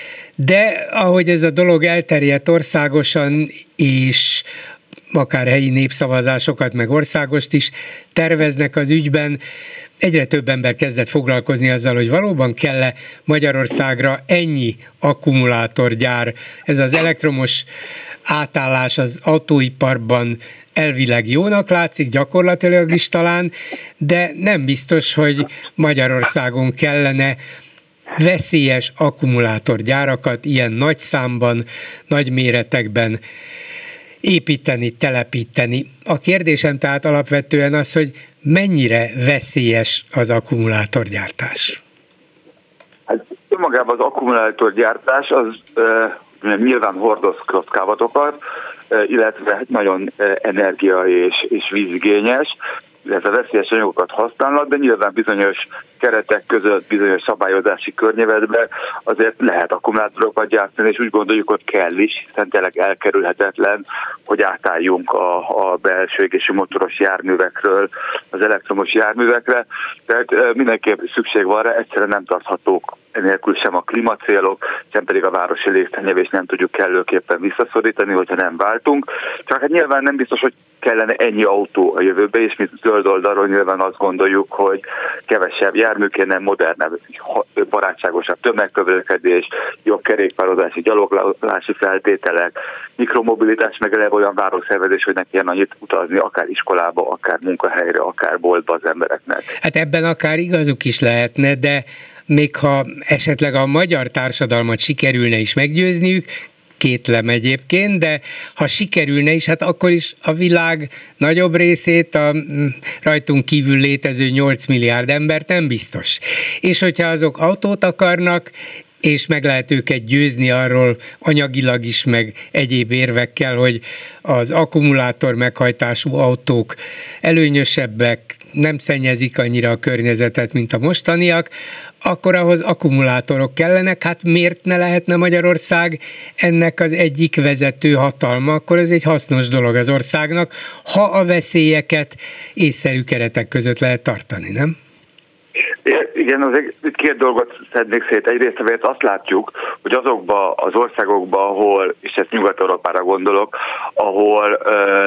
S3: De ahogy ez a dolog elterjedt országosan, és akár helyi népszavazásokat, meg országost is terveznek az ügyben, egyre több ember kezdett foglalkozni azzal, hogy valóban kell-e Magyarországra ennyi akkumulátorgyár. Ez az elektromos átállás az autóiparban elvileg jónak látszik, gyakorlatilag is talán, de nem biztos, hogy Magyarországon kellene veszélyes akkumulátorgyárakat ilyen nagy számban, nagy méretekben építeni, telepíteni. A kérdésem tehát alapvetően az, hogy mennyire veszélyes az akkumulátorgyártás?
S7: Hát önmagában az akkumulátorgyártás az nyilván hordoz kockázatokat, illetve nagyon energia és vízigényes, illetve veszélyes anyagokat használnak, de nyilván bizonyos keretek között, bizonyos szabályozási környezetben azért lehet akkumulátorokat gyártani, és úgy gondoljuk, hogy kell is, hiszen tényleg elkerülhetetlen, hogy átálljunk a belső égésű motoros járművekről az elektromos járművekre. Tehát mindenképp szükség van rá, egyszerűen nem tarthatók enélkül sem a klímacélok, sem pedig a városi légszennyezést nem tudjuk kellőképpen visszaszorítani, hogyha nem váltunk. Csak hát nyilván nem biztos, hogy kellene ennyi autó a jövőbe, és mi zöld oldalról nyilván azt gondoljuk, hogy kevesebb jármű kéne, modernebb, barátságosabb tömegközlekedés, jobb kerékpározási, gyaloglási feltételek, mikromobilitás, meg eleve olyan városszervezés, hogy ne kelljen annyit utazni, akár iskolába, akár munkahelyre, akár boltba az embereknek.
S3: Hát ebben akár igazuk is lehetne, de még ha esetleg a magyar társadalmat sikerülne is meggyőzniük, kétlem egyébként, de ha sikerülne is, hát akkor is a világ nagyobb részét, a rajtunk kívül létező 8 milliárd embert nem biztos. És hogyha azok autót akarnak, és meg lehet őket győzni arról anyagilag is, meg egyéb érvekkel, hogy az akkumulátor meghajtású autók előnyösebbek, nem szennyezik annyira a környezetet, mint a mostaniak, akkor ahhoz akkumulátorok kellenek. Hát miért ne lehetne Magyarország ennek az egyik vezető hatalma? Akkor ez egy hasznos dolog az országnak, ha a veszélyeket észszerű keretek között lehet tartani, nem?
S7: Igen, azért 2 dolgot szednék szét. Egyrészt azt látjuk, hogy azokban az országokban, ahol, és ezt Nyugat-Európára gondolok, ahol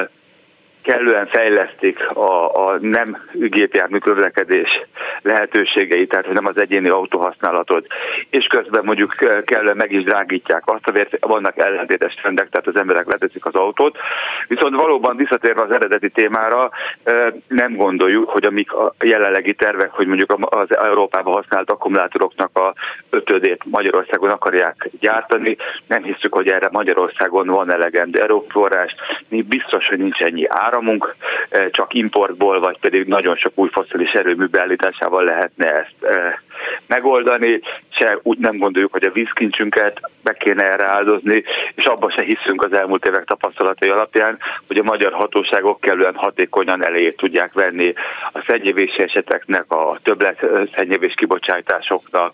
S7: kellően fejlesztik a nem gépjármű közlekedés lehetőségeit, tehát hogy nem az egyéni autóhasználatot, és közben mondjuk kellően meg is drágítják azt, azért vannak ellentétes trendek, tehát az emberek leteszik az autót. Viszont valóban visszatérve az eredeti témára, nem gondoljuk, hogy amik a jelenlegi tervek, hogy mondjuk az Európában használt akkumulátoroknak a 5-ét Magyarországon akarják gyártani, nem hiszük, hogy erre Magyarországon van elegendő erőforrás, mi biztos, hogy nincs ennyi áramunk, csak importból, vagy pedig nagyon sok új fosszilis erőmű beállításával lehetne ezt megoldani, és se úgy nem gondoljuk, hogy a vízkincsünket meg kéne erre áldozni, és abban se hiszünk az elmúlt évek tapasztalatai alapján, hogy a magyar hatóságok kellően hatékonyan elejét tudják venni a szennyezési eseteknek, a többlet szennyezés kibocsátásoknak,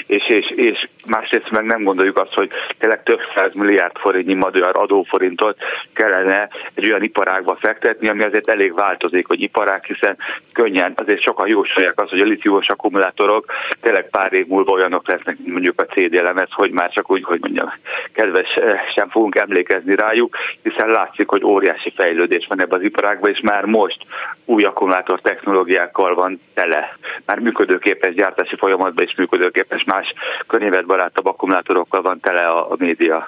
S7: és másrészt meg nem gondoljuk azt, hogy tényleg több 100 milliárd forintnyi magyar adóforintot kellene egy olyan iparágba fektetni, ami azért elég változékony iparág, hiszen könnyen azért sokan jósolják azt, hogy a litiumos akkumulátorok tényleg pár év múlva olyanok lesznek, mint mondjuk a CD-lemez, hogy már csak úgy, hogy mondjam, kedvesen fogunk emlékezni rájuk, hiszen látszik, hogy óriási fejlődés van ebben az iparágban, és már most új akkumulátor technológiákkal van tele. Már működőképes gyártási folyamatban is működőképes, más környezetbarátabb akkumulátorokkal van tele a média.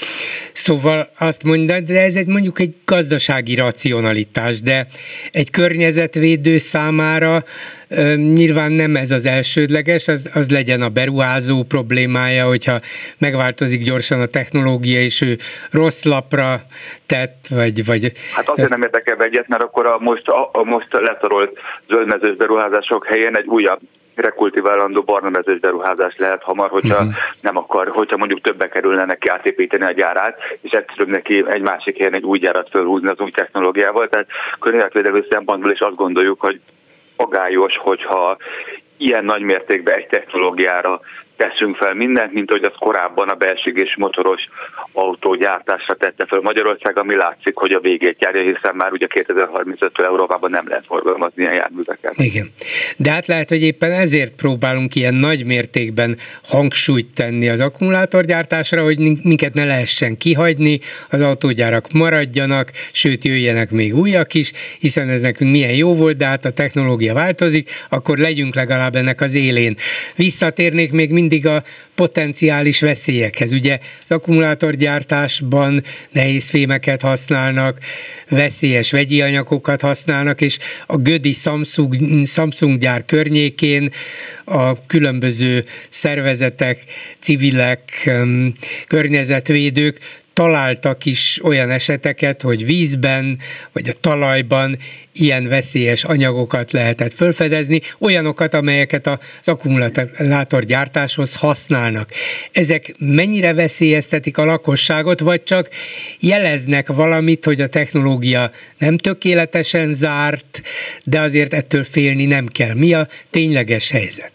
S3: Szóval azt mondod, de ez mondjuk egy gazdasági racionalitás, de egy környezetvédő számára nyilván nem ez az elsődleges, az legyen a beruházó problémája, hogyha megváltozik gyorsan a technológia, és ő rossz lapra tett, vagy...
S7: Hát azért nem értek ebbe egyet, mert akkor a most leszarolt zöldmezős beruházások helyén egy újabb rekultiválandó barnamezős beruházás lehet hamar, hogyha nem akar, hogyha mondjuk többe kerülne neki átépíteni a gyárát, és egyszerűen neki egy másik helyen egy új gyárat fölhúzni az új technológiával. Tehát környezetvédelmi szempontból is azt gondoljuk, hogy aggályos, hogyha ilyen nagy mértékben egy technológiára teszünk fel mindent, mint hogy az korábban a belsőégésű motoros autógyártásra tette fel Magyarország, ami látszik, hogy a végét járja, hiszen már ugye 2035-től Európában nem lehet forgalmazni ilyen járműveket.
S3: Igen. De hát lehet, hogy éppen ezért próbálunk ilyen nagy mértékben hangsúlyt tenni az akkumulátorgyártásra, hogy minket ne lehessen kihagyni, az autógyárak maradjanak, sőt jöjjenek még újak is, hiszen ez nekünk milyen jó volt, de hát a technológia változik, akkor legyünk legalább ennek az élén. Visszatérnék még mindig a potenciális veszélyekhez. Ugye az akkumulátorgyártásban nehézfémeket használnak, veszélyes vegyi anyagokat használnak, és a gödi Samsung gyár környékén a különböző szervezetek, civilek, környezetvédők találtak is olyan eseteket, hogy vízben vagy a talajban ilyen veszélyes anyagokat lehetett felfedezni, olyanokat, amelyeket az akkumulátorgyártáshoz használnak. Ezek mennyire veszélyeztetik a lakosságot, vagy csak jeleznek valamit, hogy a technológia nem tökéletesen zárt, de azért ettől félni nem kell. Mi a tényleges helyzet?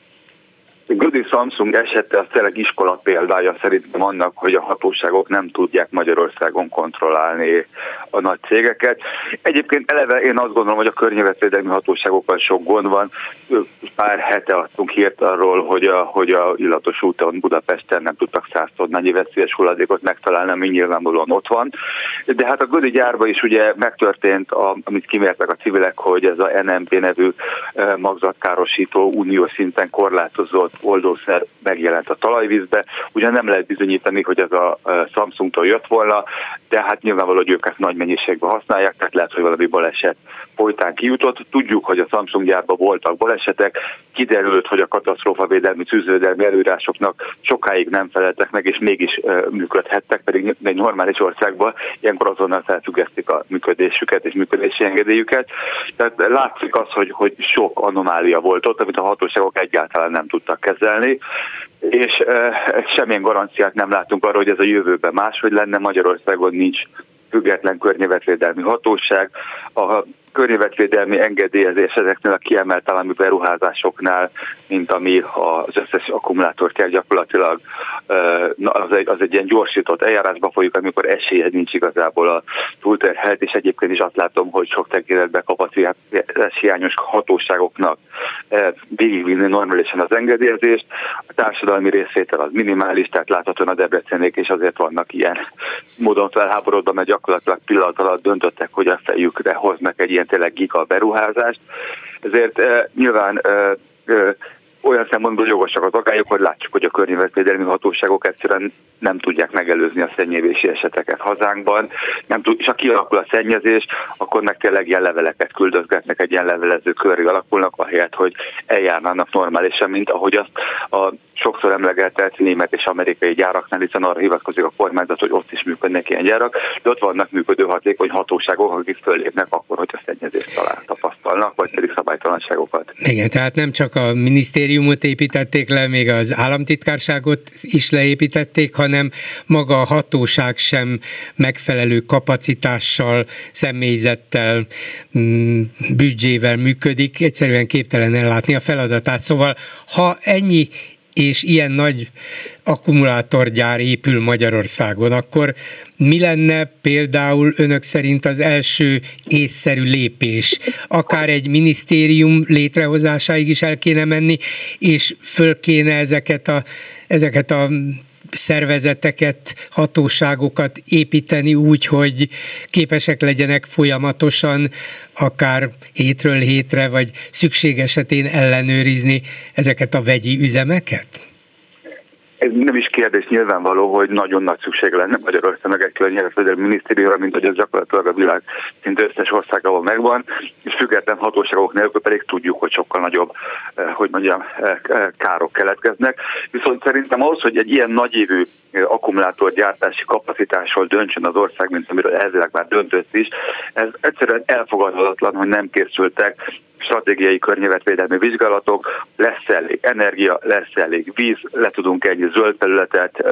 S7: A gödi Samsung esete az tényleg iskola példája szerintem annak, hogy a hatóságok nem tudják Magyarországon kontrollálni a nagy cégeket. Egyébként eleve én azt gondolom, hogy a környezetvédelmi hatóságokkal sok gond van. Pár hete adtunk hírt arról, hogy a illatos úton Budapesten nem tudtak 100 tonnányi veszélyes hulladékot megtalálni, ami nyilvánvalóan ott van. De hát a gödi gyárban is ugye megtörtént, amit kimértek a civilek, hogy ez a NMP nevű magzatkárosító uniós szinten korlátozott oldószer megjelent a talajvízbe. Ugyan nem lehet bizonyítani, hogy ez a Samsungtól jött volna, de hát nyilvánvaló, hogy őket nagy mennyiségben használják, tehát lehet, hogy valami baleset folytán kijutott. Tudjuk, hogy a Samsung gyárban voltak balesetek, kiderült, hogy a katasztrófavédelmi, tűzvédelmi előírásoknak sokáig nem feleltek meg, és mégis működhettek, pedig egy normális országban ilyenkor azonnal felfüggesztik a működésüket és működési engedélyüket. Tehát látszik az, hogy sok anomália volt ott, amit a hatóságok egyáltalán nem tudtak kezelni, és semmilyen garanciát nem látunk arra, hogy ez a jövőben máshogy lenne. Magyarországon nincs független környezetvédelmi hatóság. A környezetvédelmi engedélyezés ezeknél a kiemelt állami beruházásoknál, mint ami az összes akkumulátorgyár gyakorlatilag az egy ilyen gyorsított eljárásba folyik, amikor esélye nincs igazából a túlterhelt, és egyébként is azt látom, hogy sok tekintetben kapacitás hiányos hatóságoknak végigvinni normálisan az engedélyezést. A társadalmi részvétel az minimális, tehát láthatóan a Debreceniek is azért vannak ilyen módon felháborodva, mert gyakorlatilag pillanat alatt döntöttek, hogy a fejükre hoznak egy ilyen tényleg giga beruházást. Ezért nyilván olyan szempontból jogosak az aggályok, hogy látjuk, hogy a környezetvédelmi hatóságok egyszerűen nem tudják megelőzni a szennyezési eseteket hazánkban, és ha kialakul a szennyezés, akkor meg tényleg ilyen leveleket küldözgetnek, egy ilyen levelező körre alakulnak, ahelyett, hogy eljárnának normálisan, mint ahogy azt a sokszor emlegetett német és amerikai gyáraknál, hiszen arra hivatkozik a kormányzat, hogy ott is működnek ilyen gyárak, de ott vannak működő hatékony hatóságok, akik föllépnek akkor, hogy a szennyezést tapasztalnak. indokolnak, vagy pedig szabálytalanságokat.
S3: Igen, tehát nem csak a minisztériumot építették le, még az államtitkárságot is leépítették, hanem maga a hatóság sem megfelelő kapacitással, személyzettel, büdzsével működik, egyszerűen képtelen ellátni a feladatát. Szóval, ha ennyi és ilyen nagy akkumulátorgyár épül Magyarországon, akkor mi lenne például önök szerint az első észszerű lépés? Akár egy minisztérium létrehozásáig is el kéne menni, és föl kéne ezeket a szervezeteket, hatóságokat építeni úgy, hogy képesek legyenek folyamatosan, akár hétről hétre, vagy szükség esetén ellenőrizni ezeket a vegyi üzemeket?
S7: Ez nem is kérdés, nyilvánvaló, hogy nagyon nagy szükség lenne Magyarországnak egy környezetvédelmi minisztériumra, mint hogy ez gyakorlatilag a világ szinte összes országában megvan, és független hatóságok nélkül pedig tudjuk, hogy sokkal nagyobb, károk keletkeznek. Viszont szerintem ahhoz, hogy egy ilyen nagyévű akkumulátorgyártási kapacitásról döntsön az ország, mint amiről elvileg már döntött is, ez egyszerűen elfogadhatatlan, hogy nem készültek stratégiai környezetvédelmi vizsgálatok, lesz elég energia, lesz elég víz, le tudunk ennyi zöld területet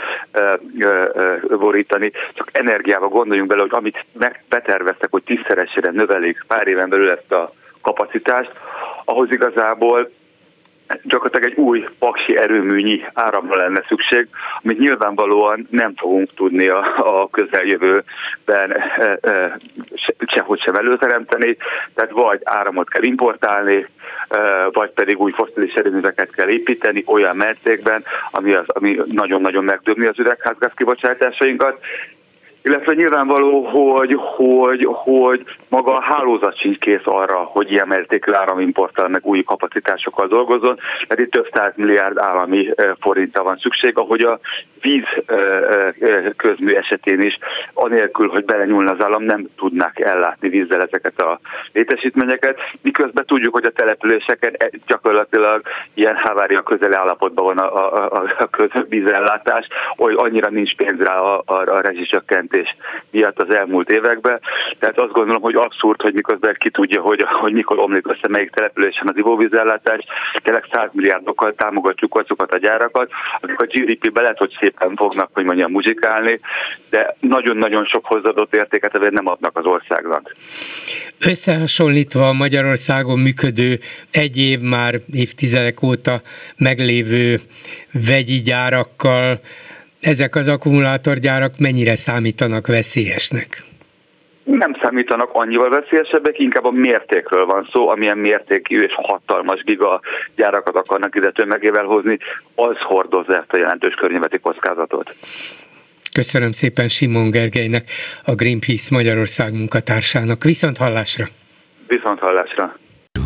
S7: borítani. Csak energiával gondoljunk bele, hogy amit beterveztek, hogy 10-szeresére növelik pár éven belül ezt a kapacitást, ahhoz igazából gyakorlatilag egy új paksi erőműnyi áramra lenne szükség, amit nyilvánvalóan nem fogunk tudni a közeljövőben sehogy sem előteremteni, tehát vagy áramot kell importálni, vagy pedig új fosszilis erőműveket kell építeni olyan mértékben, ami nagyon-nagyon megdöbni az üvegházgáz kibocsátásainkat. Illetve nyilvánvaló, hogy maga a hálózat sincs kész arra, hogy ilyen mértékű áramimporttal meg új kapacitásokkal dolgozzon, mert itt több 100 milliárd állami forinttal van szükség, ahogy a víz közmű esetén is, anélkül, hogy belenyúlna az állam, nem tudnák ellátni vízzel ezeket a létesítményeket, miközben tudjuk, hogy a településeken gyakorlatilag ilyen havária közeli állapotban van a vízellátás, hogy annyira nincs pénz rá a rezsicsökkentés miatt az elmúlt években. Tehát azt gondolom, hogy abszurd, hogy miközben ki tudja, hogy mikor omlik össze melyik településen az ivóvízellátás, tényleg 100 milliárdokkal támogatjuk azokat a gyárakat, akik a GDP-be lehet, hogy szépen fognak, hogy mondjam, muzsikálni, de nagyon-nagyon sok hozzáadott értéket azért nem adnak az országnak.
S3: Összehasonlítva a Magyarországon működő már évtizedek óta meglévő vegyi gyárakkal, ezek az akkumulátorgyárak mennyire számítanak veszélyesnek?
S7: Nem számítanak annyival veszélyesebbek, inkább a mértékről van szó, amilyen mértékű és hatalmas gigagyárakat akarnak ide tömegével hozni, az hordozza ezt a jelentős környezeti kockázatot.
S3: Köszönöm szépen Simon Gergelynek, a Greenpeace Magyarország munkatársának. Viszont hallásra!
S7: Viszont hallásra!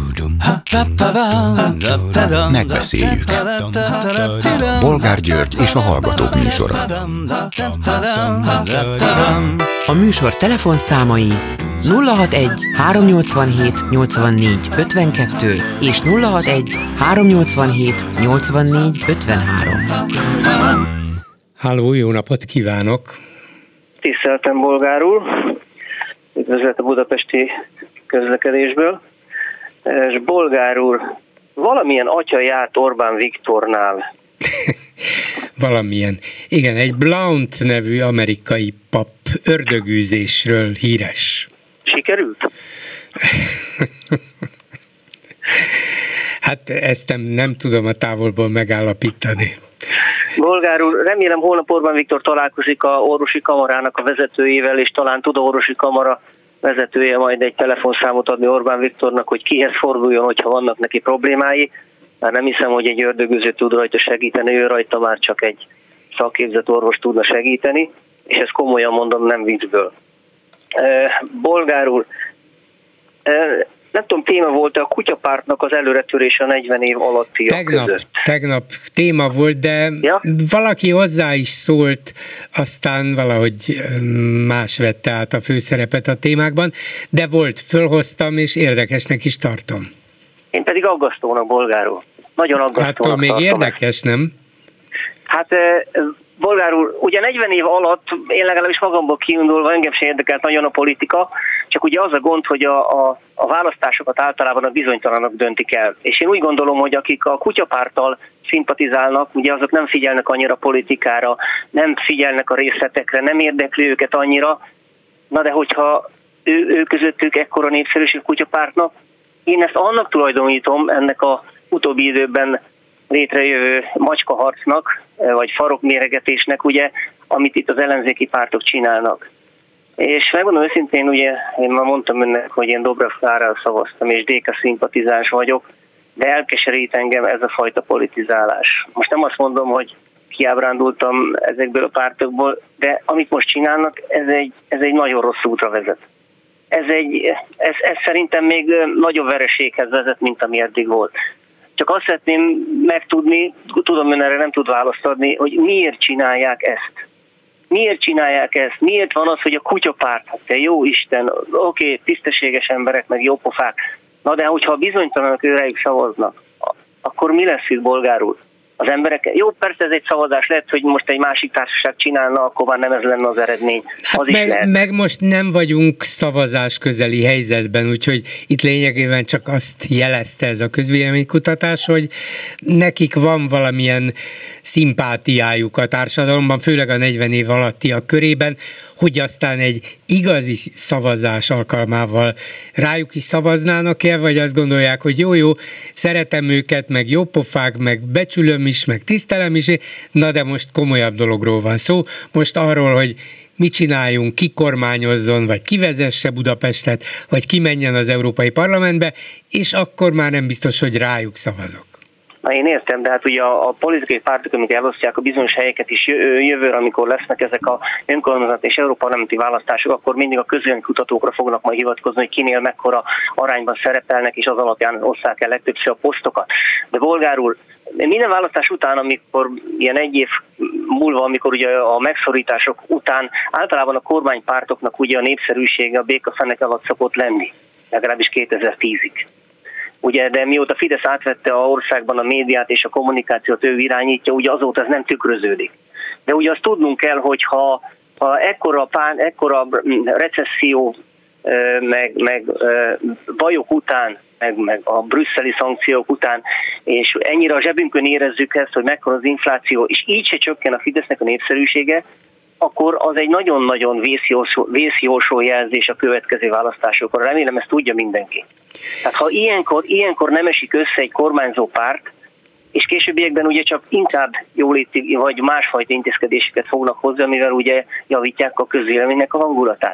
S1: Megbeszéljük. Bolgár György és a Hallgatók műsora.
S2: A műsor telefonszámai 061 387 84 52 és 061 387 84 53.
S3: Halló, jó napot kívánok!
S8: Tiszteltem, Bolgár úr! Üdvözlet a budapesti közlekedésből. És Bolgár úr, valamilyen atya járt Orbán Viktornál.
S3: Valamilyen. Igen, egy Blount nevű amerikai pap ördögűzésről híres.
S8: Sikerült?
S3: Hát ezt nem tudom a távolból megállapítani.
S8: Bolgár úr, remélem holnap Orbán Viktor találkozik a orvosi kamarának a vezetőjével, és talán tud a orvosi kamara vezetője majd egy telefonszámot adni Orbán Viktornak, hogy kihez forduljon, hogyha vannak neki problémái. Már nem hiszem, hogy egy ördögűző tud rajta segíteni, ő rajta már csak egy szakképzett orvos tudna segíteni, és ezt komolyan mondom, nem viccből. Bolgár úr, nem tudom, téma volt a kutyapártnak az előretörése a 40 év alattiak között.
S3: Tegnap téma volt, de ja? Valaki hozzá is szólt, aztán valahogy más vette át a főszerepet a témákban, de volt, fölhoztam, és érdekesnek is tartom.
S8: Én pedig aggasztónak, Bolgár úr. Nagyon aggasztónak.
S3: Attól még érdekes, nem?
S8: Hát Bolgár úr, ugye 40 év alatt én legalábbis magamból kiindulva engem sem érdekelt nagyon a politika, csak ugye az a gond, hogy a választásokat általában a bizonytalanok döntik el. És én úgy gondolom, hogy akik a kutyapárttal szimpatizálnak, ugye azok nem figyelnek annyira politikára, nem figyelnek a részletekre, nem érdekli őket annyira. Na de hogyha ő közöttük ekkora népszerűség kutyapártnak, én ezt annak tulajdonítom, ennek a utóbbi időben létrejövő macskaharcnak, vagy farokméregetésnek, ugye, amit itt az ellenzéki pártok csinálnak. És megmondom őszintén, ugye, én már mondtam önnek, hogy én Dobrev Klárára szavaztam, és DK szimpatizáns vagyok, de elkeserít engem ez a fajta politizálás. Most nem azt mondom, hogy kiábrándultam ezekből a pártokból, de amit most csinálnak, ez egy nagyon rossz útra vezet. Ez szerintem még nagyobb vereséghez vezet, mint ami eddig volt. Csak azt szeretném megtudni, tudom, ön erre nem tud választ adni, hogy miért csinálják ezt. Miért csinálják ezt? Miért van az, hogy a kutyapárt, hát te jó Isten, oké, tisztességes emberek, meg jó pofák, na de hogyha bizonytalanok őreik szavaznak, akkor mi lesz itt, Bolgár úr? Az emberek, jó, persze ez egy szavazás, lehet, hogy most egy másik társaság csinálna, akkor már nem ez lenne az eredmény. Az
S3: meg most nem vagyunk szavazás közeli helyzetben, úgyhogy itt lényegében csak azt jelezte ez a közvéleménykutatás, hogy nekik van valamilyen szimpátiájuk a társadalomban, főleg a 40 év alattiak körében, hogy aztán egy igazi szavazás alkalmával rájuk is szavaznának-e, vagy azt gondolják, hogy jó, szeretem őket, meg jópofák, meg becsülöm is, meg tisztelem is, na de most komolyabb dologról van szó, most arról, hogy mit csináljunk, ki kormányozzon, vagy ki vezesse Budapestet, vagy ki menjen az Európai Parlamentbe, és akkor már nem biztos, hogy rájuk szavazok.
S8: Na én értem, de hát ugye a politikai pártok, amik elosztják a bizonyos helyeket is jövőre, amikor lesznek ezek a önkormányzati és európarlamenti választások, akkor mindig a közvéleménykutatókra fognak majd hivatkozni, hogy kinél mekkora arányban szerepelnek, és az alapján osszák el legtöbbször a posztokat. De Bolgár úr, minden választás után, amikor ilyen egy év múlva, amikor ugye a megszorítások után általában a kormánypártoknak ugye a népszerűsége a békafenek alatt szokott lenni, legalábbis 2010-ig. Ugye, de mióta Fidesz átvette a országban a médiát és a kommunikációt ő irányítja, ugye azóta ez nem tükröződik. De ugye azt tudnunk kell, hogy ha ekkora recesszió, meg bajok után, meg a brüsszeli szankciók után, és ennyire a zsebünkön érezzük ezt, hogy mekkora az infláció, és így se csökken a Fidesznek a népszerűsége, akkor az egy nagyon-nagyon vészjósó jelzés a következő választásokra. Remélem, ezt tudja mindenki. Tehát ha ilyenkor nem esik össze egy kormányzó párt, és későbbiekben ugye csak inkább jóléti vagy másfajta intézkedéseket fognak hozzá, mivel ugye javítják a közvéleménynek a hangulatát.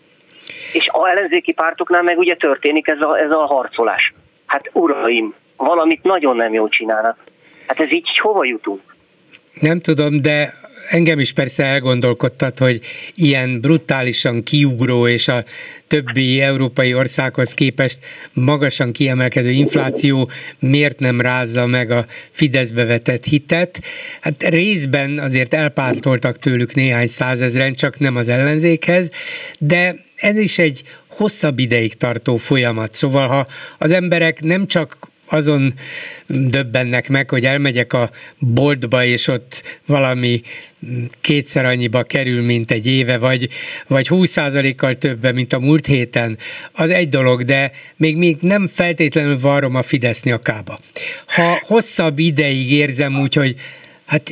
S8: És a ellenzéki pártoknál meg ugye történik ez a harcolás. Hát uraim, valamit nagyon nem jól csinálnak. Hát ez így hova jutunk?
S3: Nem tudom, de engem is persze elgondolkodtat, hogy ilyen brutálisan kiugró és a többi európai országhoz képest magasan kiemelkedő infláció miért nem rázza meg a Fideszbe vetett hitet. Hát részben azért elpártoltak tőlük néhány százezren, csak nem az ellenzékhez, de ez is egy hosszabb ideig tartó folyamat. Szóval ha az emberek nem csak azon döbbennek meg, hogy elmegyek a boltba, és ott valami kétszer annyiba kerül, mint egy éve, vagy 20%-kal többe, mint a múlt héten, az egy dolog, de még nem feltétlenül varrom a Fidesz nyakába. Ha hosszabb ideig érzem úgy, hogy hát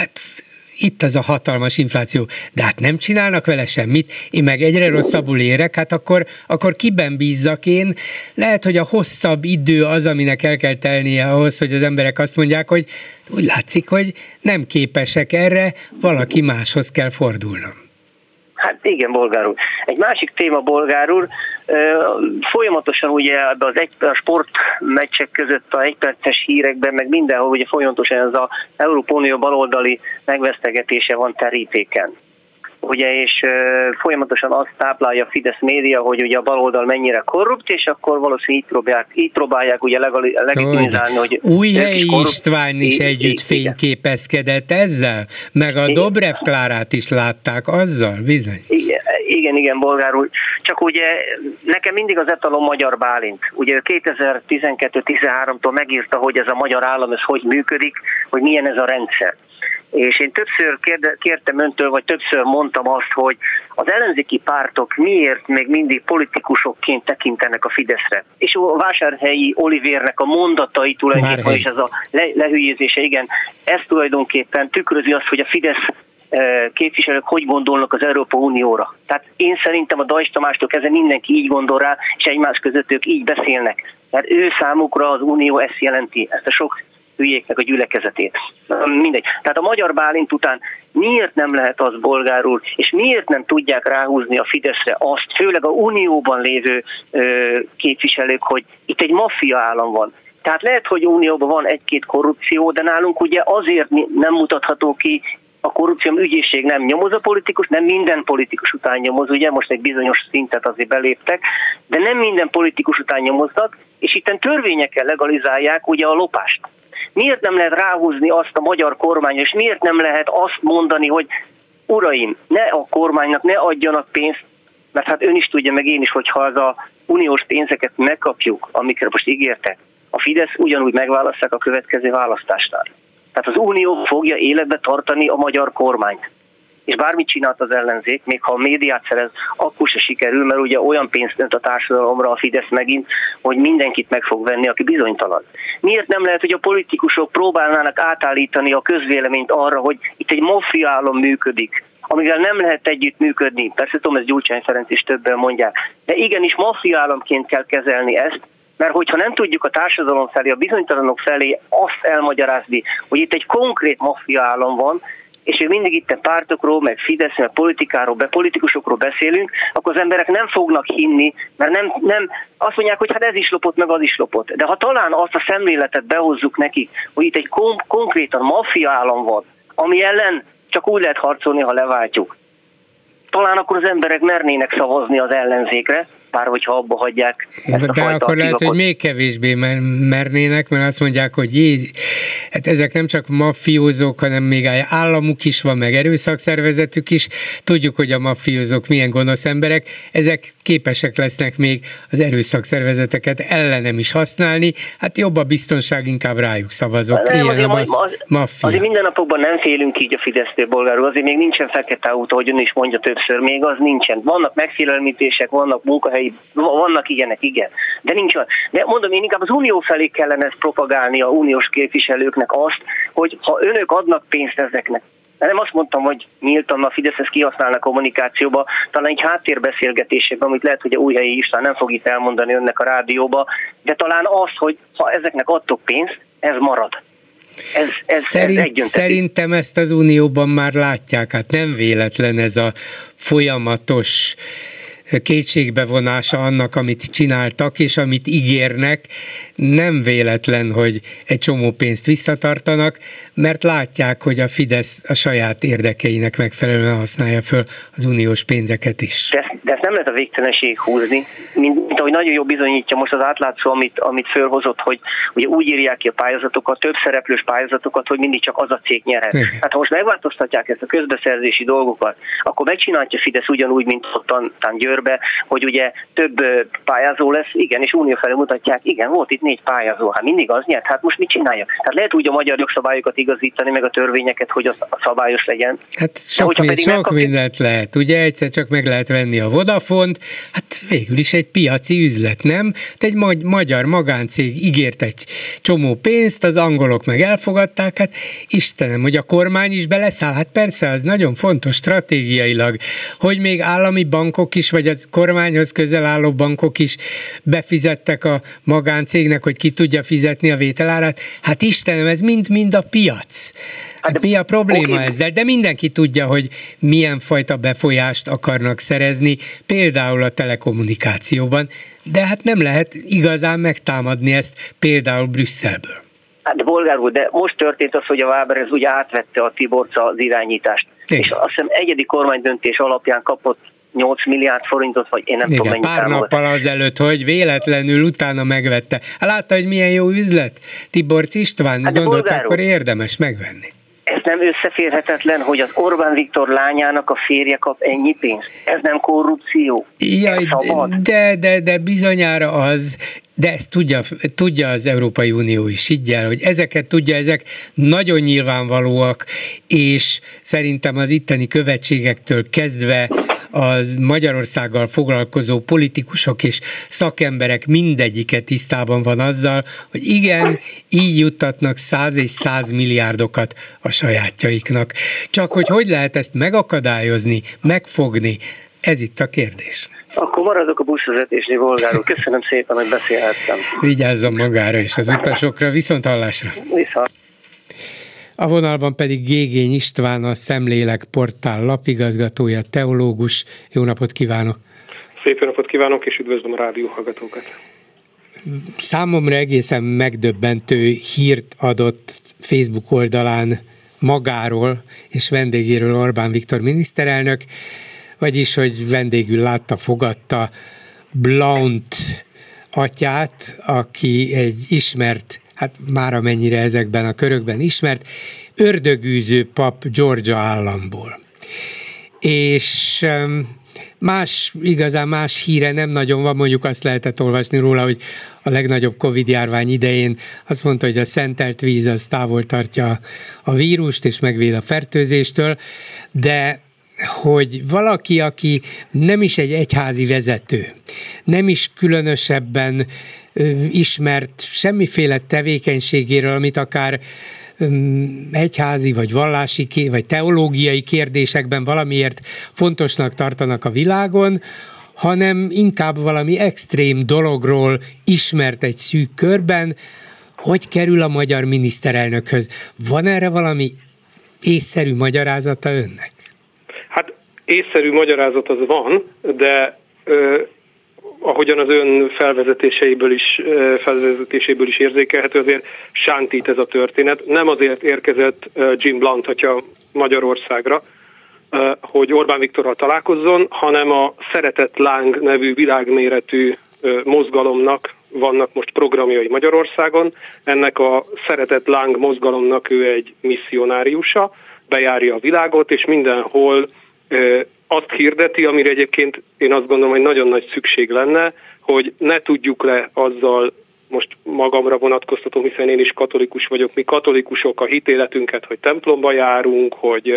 S3: itt az a hatalmas infláció, de hát nem csinálnak vele semmit, én meg egyre rosszabbul érek, hát akkor kiben bízzak én? Lehet, hogy a hosszabb idő az, aminek el kell telnie ahhoz, hogy az emberek azt mondják, hogy úgy látszik, hogy nem képesek erre, valaki máshoz kell fordulnom.
S8: Hát igen, Bolgár úr. Egy másik téma, Bolgár úr, folyamatosan ugye a sportmeccsek között a egyperces hírekben, meg mindenhol ugye folyamatosan ez az Európai Unió baloldali megvesztegetése van terítéken. Ugye, és folyamatosan azt táplálja a Fidesz média, hogy ugye a baloldal mennyire korrupt, és akkor valószínűleg így próbálják ugye legitimizálni, hogy
S3: Újhelyi István is együtt fényképezkedett ezzel, meg a Dobrev Klárát is látták azzal, bizony.
S8: Igen, Bolgár úr. Csak ugye nekem mindig az etalon Magyar Bálint. Ugye 2012-13-tól megírta, hogy ez a magyar állam, ez hogy működik, hogy milyen ez a rendszer. És én többször kértem öntől, vagy többször mondtam azt, hogy az ellenzéki pártok miért még mindig politikusokként tekintenek a Fideszre. És a Vásárhelyi Olivérnek a mondatai tulajdonképpen, és ez a lehülyézése, igen, ez tulajdonképpen tükrözi azt, hogy a Fidesz képviselők hogy gondolnak az Európai Unióra. Tehát én szerintem a Dajs Tamástól kezdve mindenki így gondol rá, és egymás között ők így beszélnek. Tehát ő számukra az Unió ezt jelenti, ezt a sok hülyéknek a gyülekezetét. Mindegy. Tehát a Magyar Bálint után miért nem lehet az, bolgár úr, és miért nem tudják ráhúzni a Fideszre azt, főleg a Unióban lévő képviselők, hogy itt egy maffia állam van. Tehát lehet, hogy Unióban van egy-két korrupció, de nálunk ugye azért nem mutatható ki a korrupció, ügyészség nem nyomoz a politikus, nem minden politikus után nyomoz, ugye most egy bizonyos szintet azért beléptek, de nem minden politikus után nyomoznak, és itten törvényekkel legalizálják ugye a lopást. Miért nem lehet ráhúzni azt a magyar kormányra, és miért nem lehet azt mondani, hogy uraim, ne a kormánynak ne adjanak pénzt, mert hát ön is tudja, meg én is, hogyha az a uniós pénzeket megkapjuk, amikre most ígértek, a Fidesz ugyanúgy megválasztják a következő választásnál. Tehát az Unió fogja életbe tartani a magyar kormányt. És bármit csinált az ellenzék, még ha a médiát szerez, akkor se sikerül, mert ugye olyan pénzt önt a társadalomra a Fidesz megint, hogy mindenkit meg fog venni, aki bizonytalan. Miért nem lehet, hogy a politikusok próbálnának átállítani a közvéleményt arra, hogy itt egy maffia állam működik, amivel nem lehet együttműködni. Persze tudom, ez Gyurcsány Ferenc is többen mondják. De igenis maffia államként kell kezelni ezt, mert hogyha nem tudjuk a társadalom felé, a bizonytalanok felé azt elmagyarázni, hogy itt egy konkrét maffia állam van, és még mindig itt a pártokról, meg Fidesz, meg politikáról, politikusokról beszélünk, akkor az emberek nem fognak hinni, mert nem azt mondják, hogy hát ez is lopott, meg az is lopott. De ha talán azt a szemléletet behozzuk nekik, hogy itt egy konkrétan maffia állam van, ami ellen csak úgy lehet harcolni, ha leváltjuk. Talán akkor az emberek mernének szavazni az ellenzékre, bár hogyha abba hagyják ezt a
S3: de
S8: fajta
S3: akkor lehet, hogy még kevésbé mernének, mert azt mondják, hogy hát ezek nem csak maffiózók, hanem még államuk is van, meg erőszakszervezetük is. Tudjuk, hogy a maffiózók milyen gonosz emberek, ezek képesek lesznek még az erőszakszervezeteket ellenem is használni. Hát jobb a biztonság, inkább rájuk szavazok. Ilyen a maffia. Azért
S8: mindennapokban nem félünk így a Fidesztől, bolgár úr, azért még nincsen fekete autó, hogy ön is mondja többször, még az nincsen. Vannak megfélemlítések, vannak munkahelyi, vannak ilyenek, igen. De nincs olyan. De mondom, én inkább az Unió felé kellene ezt propagálni a uniós képviselőknek azt, hogy ha önök adnak pénzt ezeknek, nem azt mondtam, hogy nyíltan a Fidesz ezt kihasználnak kommunikációba, talán egy háttérbeszélgetésében, amit lehet, hogy a Újhelyi István nem fog itt elmondani önnek a rádióba, de talán az, hogy ha ezeknek adtok pénzt, ez marad.
S3: Szerintem ezt az Unióban már látják, hát nem véletlen ez a folyamatos kétségbevonása annak, amit csináltak, és amit ígérnek, nem véletlen, hogy egy csomó pénzt visszatartanak, mert látják, hogy a Fidesz a saját érdekeinek megfelelően használja föl az uniós pénzeket is.
S8: De ezt nem lehet a végtelenség húzni, mint ahogy nagyon jó bizonyítja most az átlátszó, amit fölhozott, hogy ugye úgy írják ki a pályázatokat, több szereplős pályázatokat, hogy mindig csak az a cég nyerhet. Hát ha most megváltoztatják ezt a közbeszerzési dolgokat, akkor megcsinálja Fidesz ugyanúgy, mint ottan Győrbe, hogy ugye több pályázó lesz, igen, és unió felé mutatják, igen, volt itt 4 pályázó, hát mindig az nyert, hát most mit csinálja? Tehát lehet úgy a magyar jogszabályokat igazítani, meg a törvényeket, hogy az szabályos legyen.
S3: Hát sok mindent lehet, ugye egyszer csak meg lehet venni a Vodafont, hát végül is egy piaci üzlet, nem? Egy magyar magáncég ígért egy csomó pénzt, az angolok meg elfogadták, hát Istenem, hogy a kormány is beleszáll, hát persze, az nagyon fontos stratégiailag, hogy még állami bankok is, vagy az kormányhoz közel álló bankok is befizettek a magáncégnek, hogy ki tudja fizetni a vételárát. Hát Istenem, ez mind a piac. Hát mi a probléma ezzel? De mindenki tudja, hogy milyen fajta befolyást akarnak szerezni, például a telekommunikációban, de hát nem lehet igazán megtámadni ezt például Brüsszelből.
S8: Hát de bolgár úr, de most történt az, hogy a Waberez ugye átvette a Tiborca az irányítást. Igen. És azt hiszem egyedi kormánydöntés alapján kapott 8 milliárd forintot, vagy én nem tudom mennyit
S3: pár nappal azelőtt, hogy véletlenül utána megvette. Látta, hogy milyen jó üzlet? Tiborcs István, hát gondolta, akkor érdemes megvenni.
S8: Ez nem összeférhetetlen, hogy az Orbán Viktor lányának a férje kap ennyi pénzt? Ez nem korrupció?
S3: Jaj, de bizonyára az, De ezt tudja az Európai Unió is, így el, hogy ezeket tudja, ezek nagyon nyilvánvalóak, és szerintem az itteni követségektől kezdve az Magyarországgal foglalkozó politikusok és szakemberek mindegyike tisztában van azzal, hogy igen, így juttatnak 100 és 100 milliárdokat a sajátjaiknak. Csak hogy lehet ezt megakadályozni, megfogni, ez itt a kérdés.
S8: Akkor maradok a buszvezetésnél, Bolgár úr. Köszönöm szépen, hogy beszélhettem.
S3: Vigyázzon magára és az utasokra, viszonthallásra. A vonalban pedig Gégény István, a Szemlélek portál lapigazgatója, teológus. Jó napot kívánok!
S9: Szép jó napot kívánok, és üdvözlöm a rádióhallgatókat!
S3: Számomra egészen megdöbbentő hírt adott Facebook oldalán magáról és vendégéről Orbán Viktor miniszterelnök, vagyis, hogy vendégül látta, fogadta Blount atyát, aki egy ismert, hát már amennyire ezekben a körökben ismert, ördögűző pap Georgia államból. És igazán más híre nem nagyon van, mondjuk azt lehetett olvasni róla, hogy a legnagyobb Covid-járvány idején azt mondta, hogy a szentelt víz az távol tartja a vírust és megvéd a fertőzéstől, de hogy valaki, aki nem is egy egyházi vezető, nem is különösebben ismert semmiféle tevékenységéről, amit akár egyházi, vagy vallási, vagy teológiai kérdésekben valamiért fontosnak tartanak a világon, hanem inkább valami extrém dologról ismert egy szűk körben, hogy kerül a magyar miniszterelnökhöz. Van erre valami észszerű magyarázata önnek?
S9: Hát észszerű magyarázat az van, de ahogyan az ön felvezetéséből is érzékelhető, azért sántít ez a történet. Nem azért érkezett Jim Blount atya Magyarországra, hogy Orbán Viktorral találkozzon, hanem a Szeretett Láng nevű világméretű mozgalomnak vannak most programjai Magyarországon. Ennek a Szeretett Láng mozgalomnak ő egy misszionáriusa, bejárja a világot, és mindenhol azt hirdeti, amire egyébként én azt gondolom, hogy nagyon nagy szükség lenne, hogy ne tudjuk le azzal, most magamra vonatkoztatom, hiszen én is katolikus vagyok, mi katolikusok a hitéletünket, hogy templomba járunk,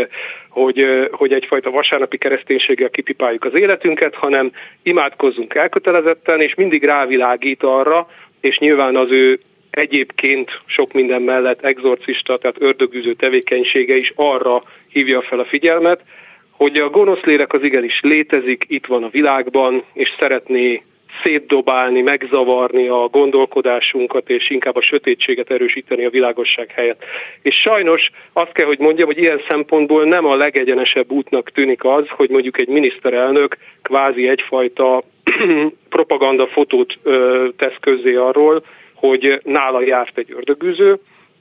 S9: hogy egyfajta vasárnapi kereszténységgel kipipáljuk az életünket, hanem imádkozzunk elkötelezetten, és mindig rávilágít arra, és nyilván az ő egyébként sok minden mellett exorcista, tehát ördögűző tevékenysége is arra hívja fel a figyelmet, hogy a gonosz lélek az igenis létezik, itt van a világban, és szeretné szétdobálni, megzavarni a gondolkodásunkat, és inkább a sötétséget erősíteni a világosság helyett. És sajnos azt kell, hogy mondjam, hogy ilyen szempontból nem a legegyenesebb útnak tűnik az, hogy mondjuk egy miniszterelnök kvázi egyfajta propaganda fotót tesz közzé arról, hogy nála járt egy ördögűző,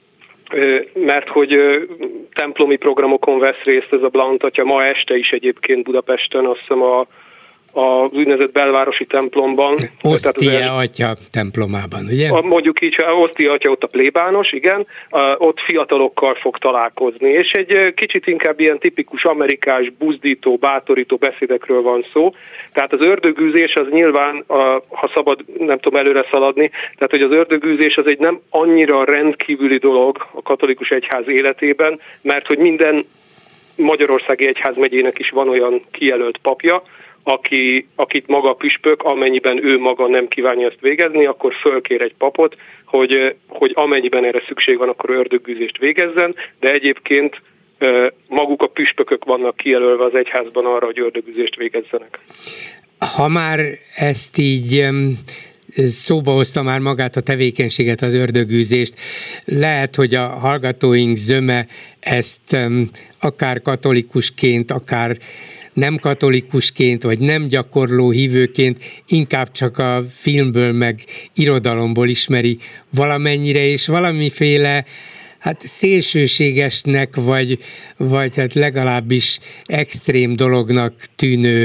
S9: mert hogy templomi programokon vesz részt ez a Blount atya, ma este is egyébként Budapesten, azt hiszem az úgynevezett belvárosi templomban.
S3: Osztia atya templomában, ugye?
S9: Mondjuk így, Osztia atya ott a plébános, igen, ott fiatalokkal fog találkozni, és egy kicsit inkább ilyen tipikus amerikás, buzdító, bátorító beszédekről van szó. Tehát az ördögűzés az nyilván, ha szabad, nem tudom előre szaladni, tehát hogy az ördögűzés az egy nem annyira rendkívüli dolog a katolikus egyház életében, mert hogy minden magyarországi egyházmegyének is van olyan kijelölt papja, akit maga a püspök, amennyiben ő maga nem kívánja ezt végezni, akkor fölkér egy papot, hogy amennyiben erre szükség van, akkor ördöggűzést végezzen, de egyébként maguk a püspökök vannak kijelölve az egyházban arra, hogy ördögűzést végezzenek.
S3: Ha már ezt így szóba hozta már magát a tevékenységet, az ördögűzést, lehet, hogy a hallgatóink zöme ezt akár katolikusként, akár nem katolikusként, vagy nem gyakorló hívőként, inkább csak a filmből meg irodalomból ismeri valamennyire, és valamiféle szélsőségesnek, vagy hát legalábbis extrém dolognak tűnő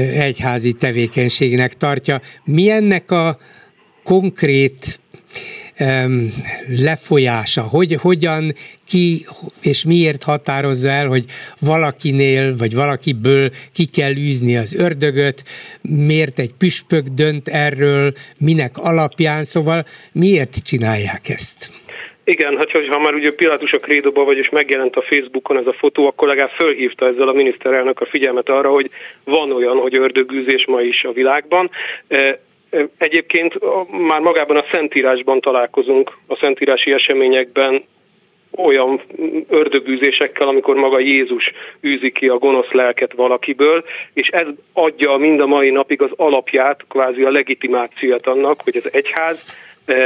S3: egyházi tevékenységnek tartja. Mi ennek a konkrét lefolyása? Hogyan ki és miért határozza el, hogy valakinél vagy valakiből ki kell űzni az ördögöt, miért egy püspök dönt erről, minek alapján, szóval miért csinálják ezt?
S9: Igen, ha már ugye Pilátus a krédóban vagy, és megjelent a Facebookon ez a fotó, akkor legalább fölhívta ezzel a miniszterelnök a figyelmet arra, hogy van olyan, hogy ördögűzés ma is a világban. Egyébként már magában a Szentírásban találkozunk, a szentírási eseményekben olyan ördögűzésekkel, amikor maga Jézus űzi ki a gonosz lelket valakiből, és ez adja mind a mai napig az alapját, kvázi a legitimációt annak, hogy az egyház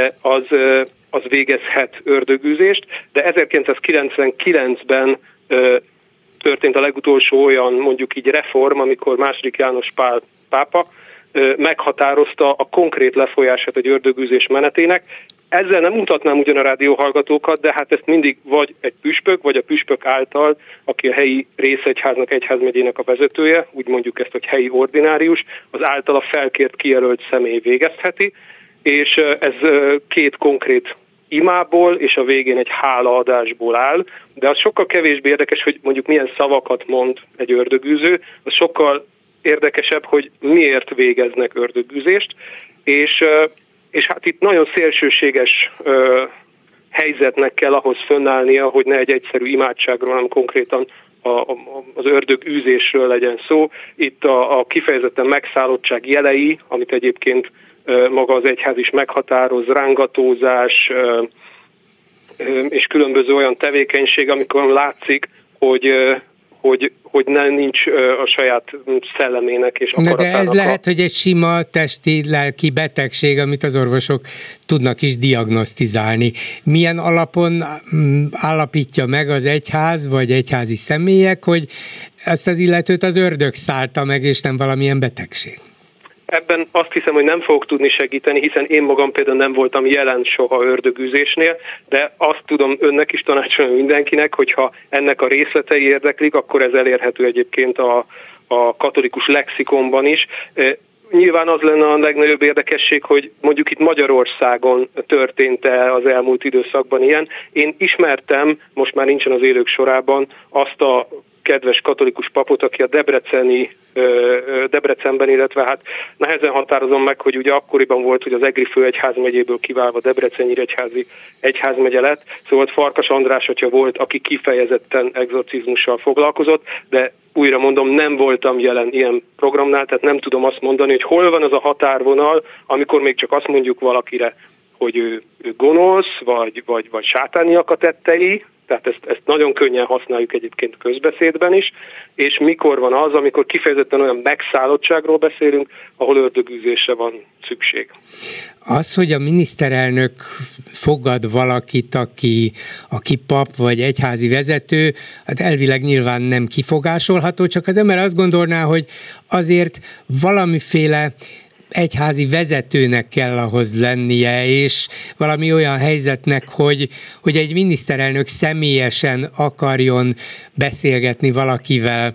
S9: az végezhet ördögűzést, de 1999-ben történt a legutolsó olyan, mondjuk így reform, amikor II. János Pál pápa meghatározta a konkrét lefolyását egy ördögűzés menetének. Ezzel nem mutatnám ugyan a rádióhallgatókat, de hát ezt mindig vagy egy püspök, vagy a püspök által, aki a helyi részegyháznak, egyházmegyének a vezetője, úgy mondjuk ezt, hogy helyi ordinárius, az általa felkért kijelölt személy végezheti, és ez két konkrét imából és a végén egy hálaadásból áll, de az sokkal kevésbé érdekes, hogy mondjuk milyen szavakat mond egy ördögűző, az sokkal érdekesebb, hogy miért végeznek ördögűzést, és hát itt nagyon szélsőséges helyzetnek kell ahhoz fönnállnia, hogy ne egy egyszerű imádságról, hanem konkrétan az ördögűzésről legyen szó. Itt a kifejezetten megszállottság jelei, amit egyébként maga az egyház is meghatároz, rángatózás és különböző olyan tevékenység, amikor látszik, hogy nincs a saját szellemének és akaratának.
S3: De ez lehet, hogy egy sima testi-lelki betegség, amit az orvosok tudnak is diagnosztizálni. Milyen alapon állapítja meg az egyház, vagy egyházi személyek, hogy ezt az illetőt az ördög szállta meg, és nem valamilyen betegség?
S9: Ebben azt hiszem, hogy nem fogok tudni segíteni, hiszen én magam például nem voltam jelen soha ördögűzésnél, de azt tudom önnek is tanácsolni mindenkinek, hogyha ennek a részletei érdeklik, akkor ez elérhető egyébként a katolikus lexikonban is. Nyilván az lenne a legnagyobb érdekesség, hogy mondjuk itt Magyarországon történt-e az elmúlt időszakban ilyen. Én ismertem, most már nincsen az élők sorában, azt a kedves katolikus papot, aki a Debrecenben, illetve hát nehezen határozom meg, hogy ugye akkoriban volt, hogy az Egri főegyházmegyéből kiválva Debrecen nyíregyházi egyházmegye lett, szóval Farkas András atya volt, aki kifejezetten egzorcizmussal foglalkozott, de újra mondom, nem voltam jelen ilyen programnál, tehát nem tudom azt mondani, hogy hol van az a határvonal, amikor még csak azt mondjuk valakire, hogy ő gonosz, vagy sátániak a tettei, tehát ezt nagyon könnyen használjuk egyébként közbeszédben is, és mikor van az, amikor kifejezetten olyan megszállottságról beszélünk, ahol ördögűzésre van szükség.
S3: Az, hogy a miniszterelnök fogad valakit, aki pap vagy egyházi vezető, hát elvileg nyilván nem kifogásolható, csak az ember azt gondolná, hogy azért valamiféle egyházi vezetőnek kell ahhoz lennie, és valami olyan helyzetnek, hogy egy miniszterelnök személyesen akarjon beszélgetni valakivel,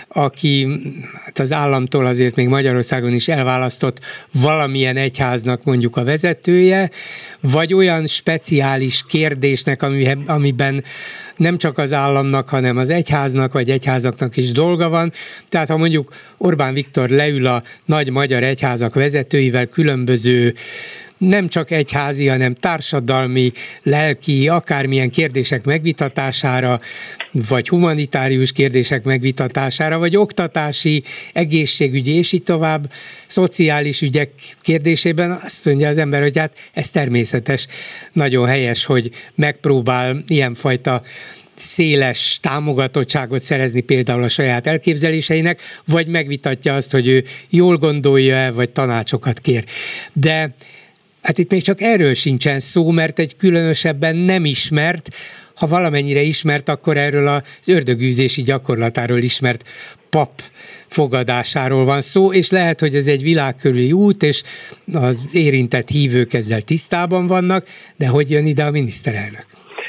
S3: aki hát az államtól azért még Magyarországon is elválasztott valamilyen egyháznak mondjuk a vezetője, vagy olyan speciális kérdésnek, amiben nem csak az államnak, hanem az egyháznak, vagy egyházaknak is dolga van. Tehát ha mondjuk Orbán Viktor leül a nagy magyar egyházak vezetőivel különböző nem csak egyházi, hanem társadalmi, lelki, akármilyen kérdések megvitatására, vagy humanitárius kérdések megvitatására, vagy oktatási, egészségügyi, és így tovább, szociális ügyek kérdésében azt mondja az ember, hogy hát ez természetes, nagyon helyes, hogy megpróbál ilyenfajta széles támogatottságot szerezni például a saját elképzeléseinek, vagy megvitatja azt, hogy ő jól gondolja, vagy tanácsokat kér. De hát itt még csak erről sincsen szó, mert egy különösebben nem ismert, ha valamennyire ismert, akkor erről az ördögűzési gyakorlatáról ismert pap fogadásáról van szó, és lehet, hogy ez egy világkörüli út, és az érintett hívők ezzel tisztában vannak, de hogy jön ide a miniszterelnök?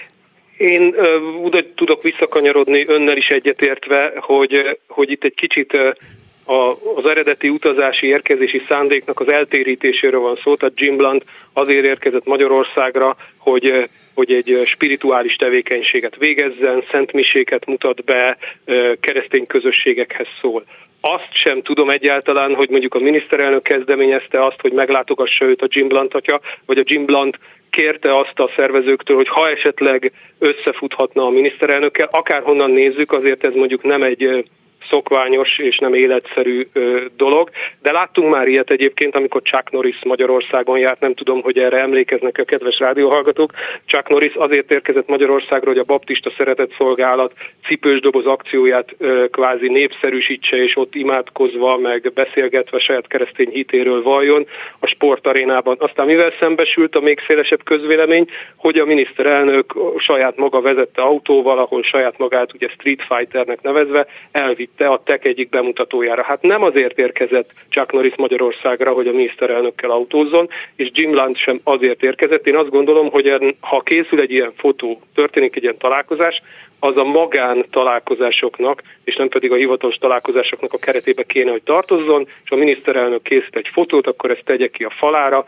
S9: Én úgy tudok visszakanyarodni önnel is egyetértve, hogy itt egy kicsit az eredeti utazási érkezési szándéknak az eltérítéséről van szó, tehát Jim Blunt azért érkezett Magyarországra, hogy egy spirituális tevékenységet végezzen, szentmiséket mutat be, keresztény közösségekhez szól. Azt sem tudom egyáltalán, hogy mondjuk a miniszterelnök kezdeményezte azt, hogy meglátogassa őt a Jim Blunt atya, vagy a Jim Blunt kérte azt a szervezőktől, hogy ha esetleg összefuthatna a miniszterelnökkel, akárhonnan nézzük, azért ez mondjuk nem egy szokványos és nem életszerű dolog, de láttunk már ilyet egyébként, amikor Chuck Norris Magyarországon járt, nem tudom, hogy erre emlékeznek a kedves rádióhallgatók. Chuck Norris azért érkezett Magyarországra, hogy a Baptista Szeretetszolgálat cipős doboz akcióját kvázi népszerűsítse, és ott imádkozva, meg beszélgetve saját keresztény hitéről valljon a sportarénában. Aztán mivel szembesült a még szélesebb közvélemény, hogy a miniszterelnök saját maga vezette autóval, ahol saját magát ugye Street Fighternek nevezve elvitte a TEK egyik bemutatójára. Hát nem azért érkezett Chuck Norris Magyarországra, hogy a miniszterelnökkel autózzon, és Jim Blunt sem azért érkezett. Én azt gondolom, hogy ha készül egy ilyen fotó, történik egy ilyen találkozás, az a magán találkozásoknak, és nem pedig a hivatalos találkozásoknak a keretébe kéne, hogy tartozzon, és a miniszterelnök készít egy fotót, akkor ezt tegye ki a falára,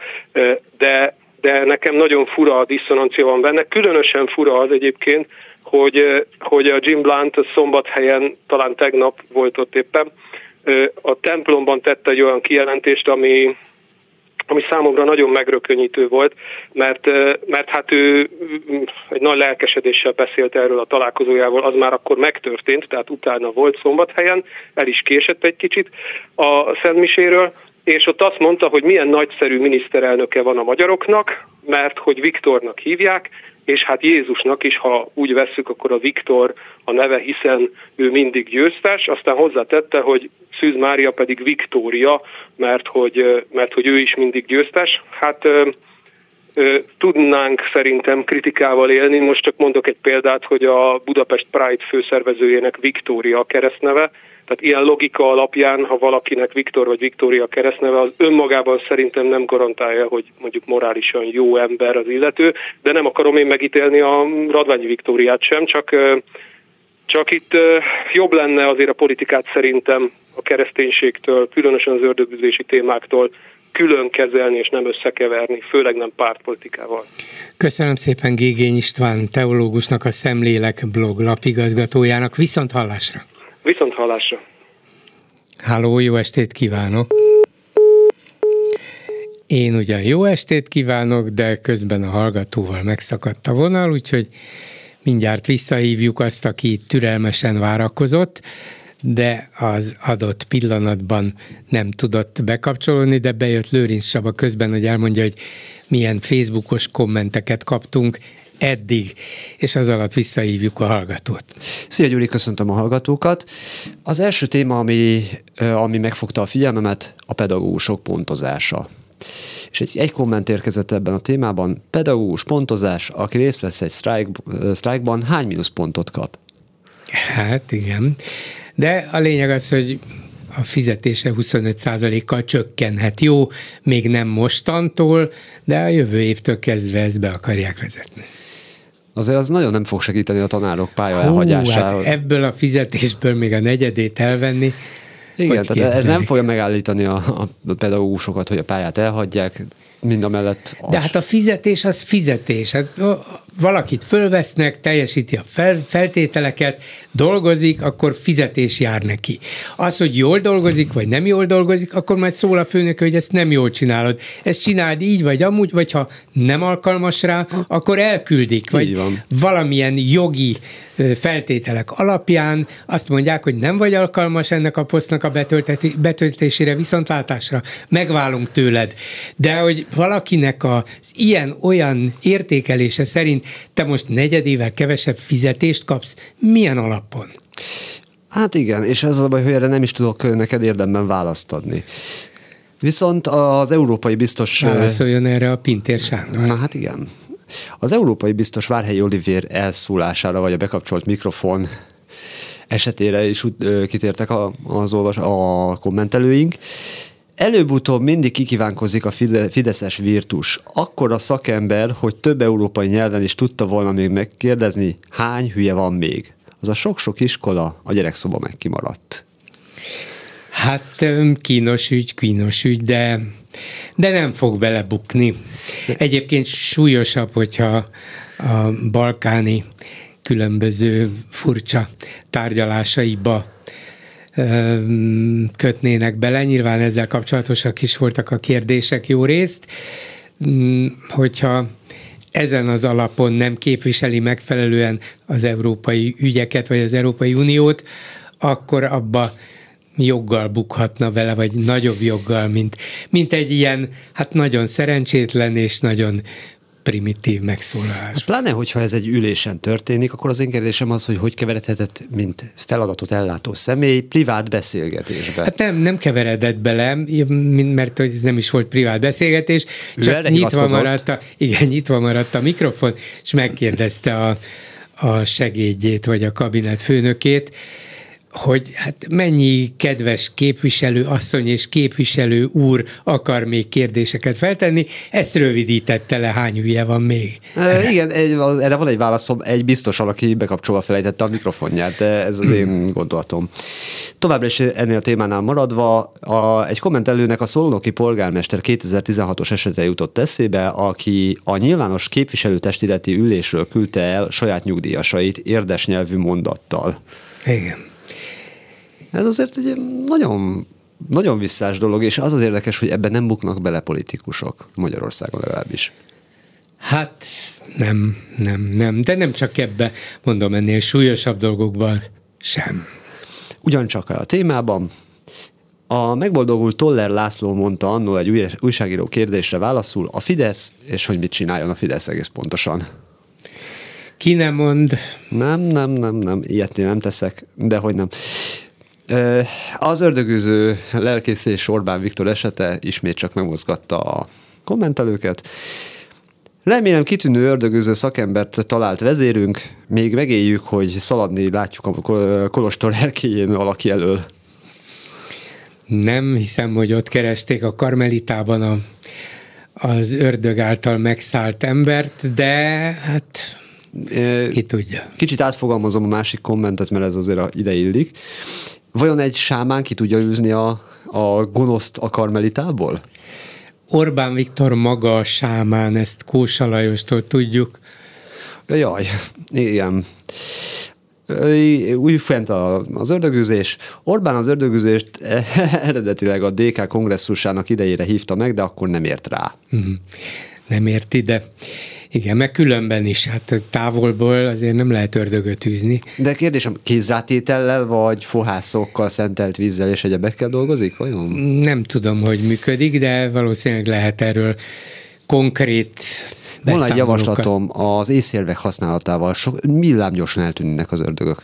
S9: de nekem nagyon fura a diszonancia van benne. Különösen fura az egyébként, hogy a Jim Blunt a Szombathelyen, talán tegnap volt ott éppen, a templomban tette egy olyan kijelentést, ami számomra nagyon megrökönyítő volt, mert hát ő egy nagy lelkesedéssel beszélt erről a találkozójával, az már akkor megtörtént, tehát utána volt Szombathelyen, el is késett egy kicsit a szentmiséről, és ott azt mondta, hogy milyen nagyszerű miniszterelnöke van a magyaroknak, mert hogy Viktornak hívják, és hát Jézusnak is, ha úgy vesszük, akkor a Viktor a neve, hiszen ő mindig győztes. Aztán hozzátette, hogy Szűz Mária pedig Viktória, mert hogy ő is mindig győztes. Hát tudnánk szerintem kritikával élni. Most csak mondok egy példát, hogy a Budapest Pride főszervezőjének Viktória a keresztneve. Tehát ilyen logika alapján, ha valakinek Viktor vagy Viktória keresztneve, az önmagában szerintem nem garantálja, hogy mondjuk morálisan jó ember az illető, de nem akarom én megítélni a Radványi Viktóriát sem, csak itt jobb lenne azért a politikát szerintem a kereszténységtől, különösen az ördögüzési témáktól külön kezelni és nem összekeverni, főleg nem pártpolitikával.
S3: Köszönöm szépen Gégény István teológusnak, a Szemlélek blog lapigazgatójának. Viszont hallásra!
S9: Viszont hallásra!
S3: Halló, jó estét kívánok! Én ugyan jó estét kívánok, de közben a hallgatóval megszakadt a vonal, úgyhogy mindjárt visszahívjuk azt, aki türelmesen várakozott, de az adott pillanatban nem tudott bekapcsolódni, de bejött Lőrinc Csaba közben, hogy elmondja, hogy milyen Facebookos kommenteket kaptunk eddig, és az alatt visszahívjuk a hallgatót.
S10: Szia Gyuri, köszöntöm a hallgatókat. Az első téma, ami megfogta a figyelmemet, a pedagógusok pontozása. És egy komment érkezett ebben a témában: pedagógus pontozás, aki részt vesz egy sztrájkban, hány mínuszpontot kap?
S3: Hát igen, de a lényeg az, hogy a fizetése 25%-kal csökkenhet. Jó, még nem mostantól, de a jövő évtől kezdve ezt be akarják vezetni.
S10: Azért az nagyon nem fog segíteni a tanárok pálya elhagyására.
S3: Hát ebből a fizetésből még a negyedét elvenni.
S10: Igen, tehát ez nem fogja megállítani a pedagógusokat, hogy a pályát elhagyják, mindamellett.
S3: De hát a fizetés az fizetés. Hát valakit fölvesznek, teljesíti a feltételeket, dolgozik, akkor fizetés jár neki. Az, hogy jól dolgozik, vagy nem jól dolgozik, akkor majd szól a főnök, hogy ezt nem jól csinálod. Ezt csináld így, vagy amúgy, vagy ha nem alkalmas rá, akkor elküldik. Vagy valamilyen jogi feltételek alapján azt mondják, hogy nem vagy alkalmas ennek a posztnak a betöltésére, viszontlátásra, megválunk tőled. De hogy valakinek az ilyen-olyan értékelése szerint te most negyedével kevesebb fizetést kapsz, milyen alapon?
S10: Hát igen, és ez az a baj, hogy erre nem is tudok neked érdemben választ adni. Viszont az európai biztos...
S3: Válaszoljon erre a Pintér Sándor.
S10: Na hát igen. Az európai biztos Várhelyi Olivér elszólására, vagy a bekapcsolt mikrofon esetére is kitértek a kommentelőink. Előbb-utóbb mindig kikívánkozik a fideszes virtus. Akkora szakember, hogy több európai nyelven is tudta volna még megkérdezni, hány hülye van még. Az a sok-sok iskola, a gyerekszoba meg kimaradt.
S3: Hát kínos ügy, de nem fog belebukni. Egyébként súlyosabb, hogyha a balkáni különböző furcsa tárgyalásaiba kötnének bele. Nyilván ezzel kapcsolatosak is voltak a kérdések jó részt, hogyha ezen az alapon nem képviseli megfelelően az európai ügyeket, vagy az Európai Uniót, akkor abba joggal bukhatna vele, vagy nagyobb joggal, mint egy ilyen, hát nagyon szerencsétlen és nagyon primitív megszólalás.
S10: Pláne, hogyha ez egy ülésen történik, akkor az én kérdésem az, hogy keveredhetett, mint feladatot ellátó személy, privát beszélgetésbe.
S3: Hát nem keveredett bele, mert ez nem is volt privát beszélgetés, csak nyitva maradt a mikrofon, és megkérdezte a segédjét, vagy a kabinet főnökét, hogy hát mennyi kedves képviselő asszony és képviselő úr akar még kérdéseket feltenni, ezt rövidítette le, hány hülye van még.
S10: Igen, erre van egy válaszom, egy biztos, aki bekapcsolva felejtette a mikrofonját, de ez az én gondolatom. Továbbra is ennél a témánál maradva, egy kommentelőnek a szolnoki polgármester 2016-os esete jutott eszébe, aki a nyilvános képviselőtestületi ülésről küldte el saját nyugdíjasait érdes nyelvű mondattal.
S3: Igen.
S10: Ez azért egy nagyon, nagyon visszás dolog, és az érdekes, hogy ebben nem buknak bele politikusok, Magyarországon legalábbis.
S3: Hát nem, de nem csak ebbe, mondom, ennél súlyosabb dolgokban sem.
S10: Ugyancsak a témában a megboldogult Toller László mondta annól egy újságíró kérdésre válaszul, a Fidesz, és hogy mit csináljon a Fidesz egész pontosan.
S3: Ki nem mond?
S10: Nem, ilyet nem teszek, de hogy nem. Az ördögűző lelkész és Orbán Viktor esete ismét csak megmozgatta a kommentelőket. Remélem kitűnő ördögűző szakembert talált vezérünk, még megéljük, hogy szaladni látjuk a kolostor erkélyén valaki elől.
S3: Nem hiszem, hogy ott keresték a Karmelitában az ördög által megszállt embert, de hát ki tudja.
S10: Kicsit átfogalmazom a másik kommentet, mert ez azért ide illik. Vajon egy sámán ki tudja űzni a gonoszt a Karmelitából?
S3: Orbán Viktor maga a sámán, ezt Kósa Lajostól tudjuk.
S10: Jaj, igen. Úgy fent az ördögűzés. Orbán az ördögűzést eredetileg a DK kongresszusának idejére hívta meg, de akkor nem ért rá.
S3: Nem ért ide. Igen, meg különben is, hát távolból azért nem lehet ördögöt űzni.
S10: De kérdésem, kézrátétellel vagy fohászokkal, szentelt vízzel és egyebekkel dolgozik, vajon?
S3: Nem tudom, hogy működik, de valószínűleg lehet erről konkrét beszámolókat.
S10: Van egy javaslatom, az észérvek használatával millámgyorsan eltűnnek az ördögök.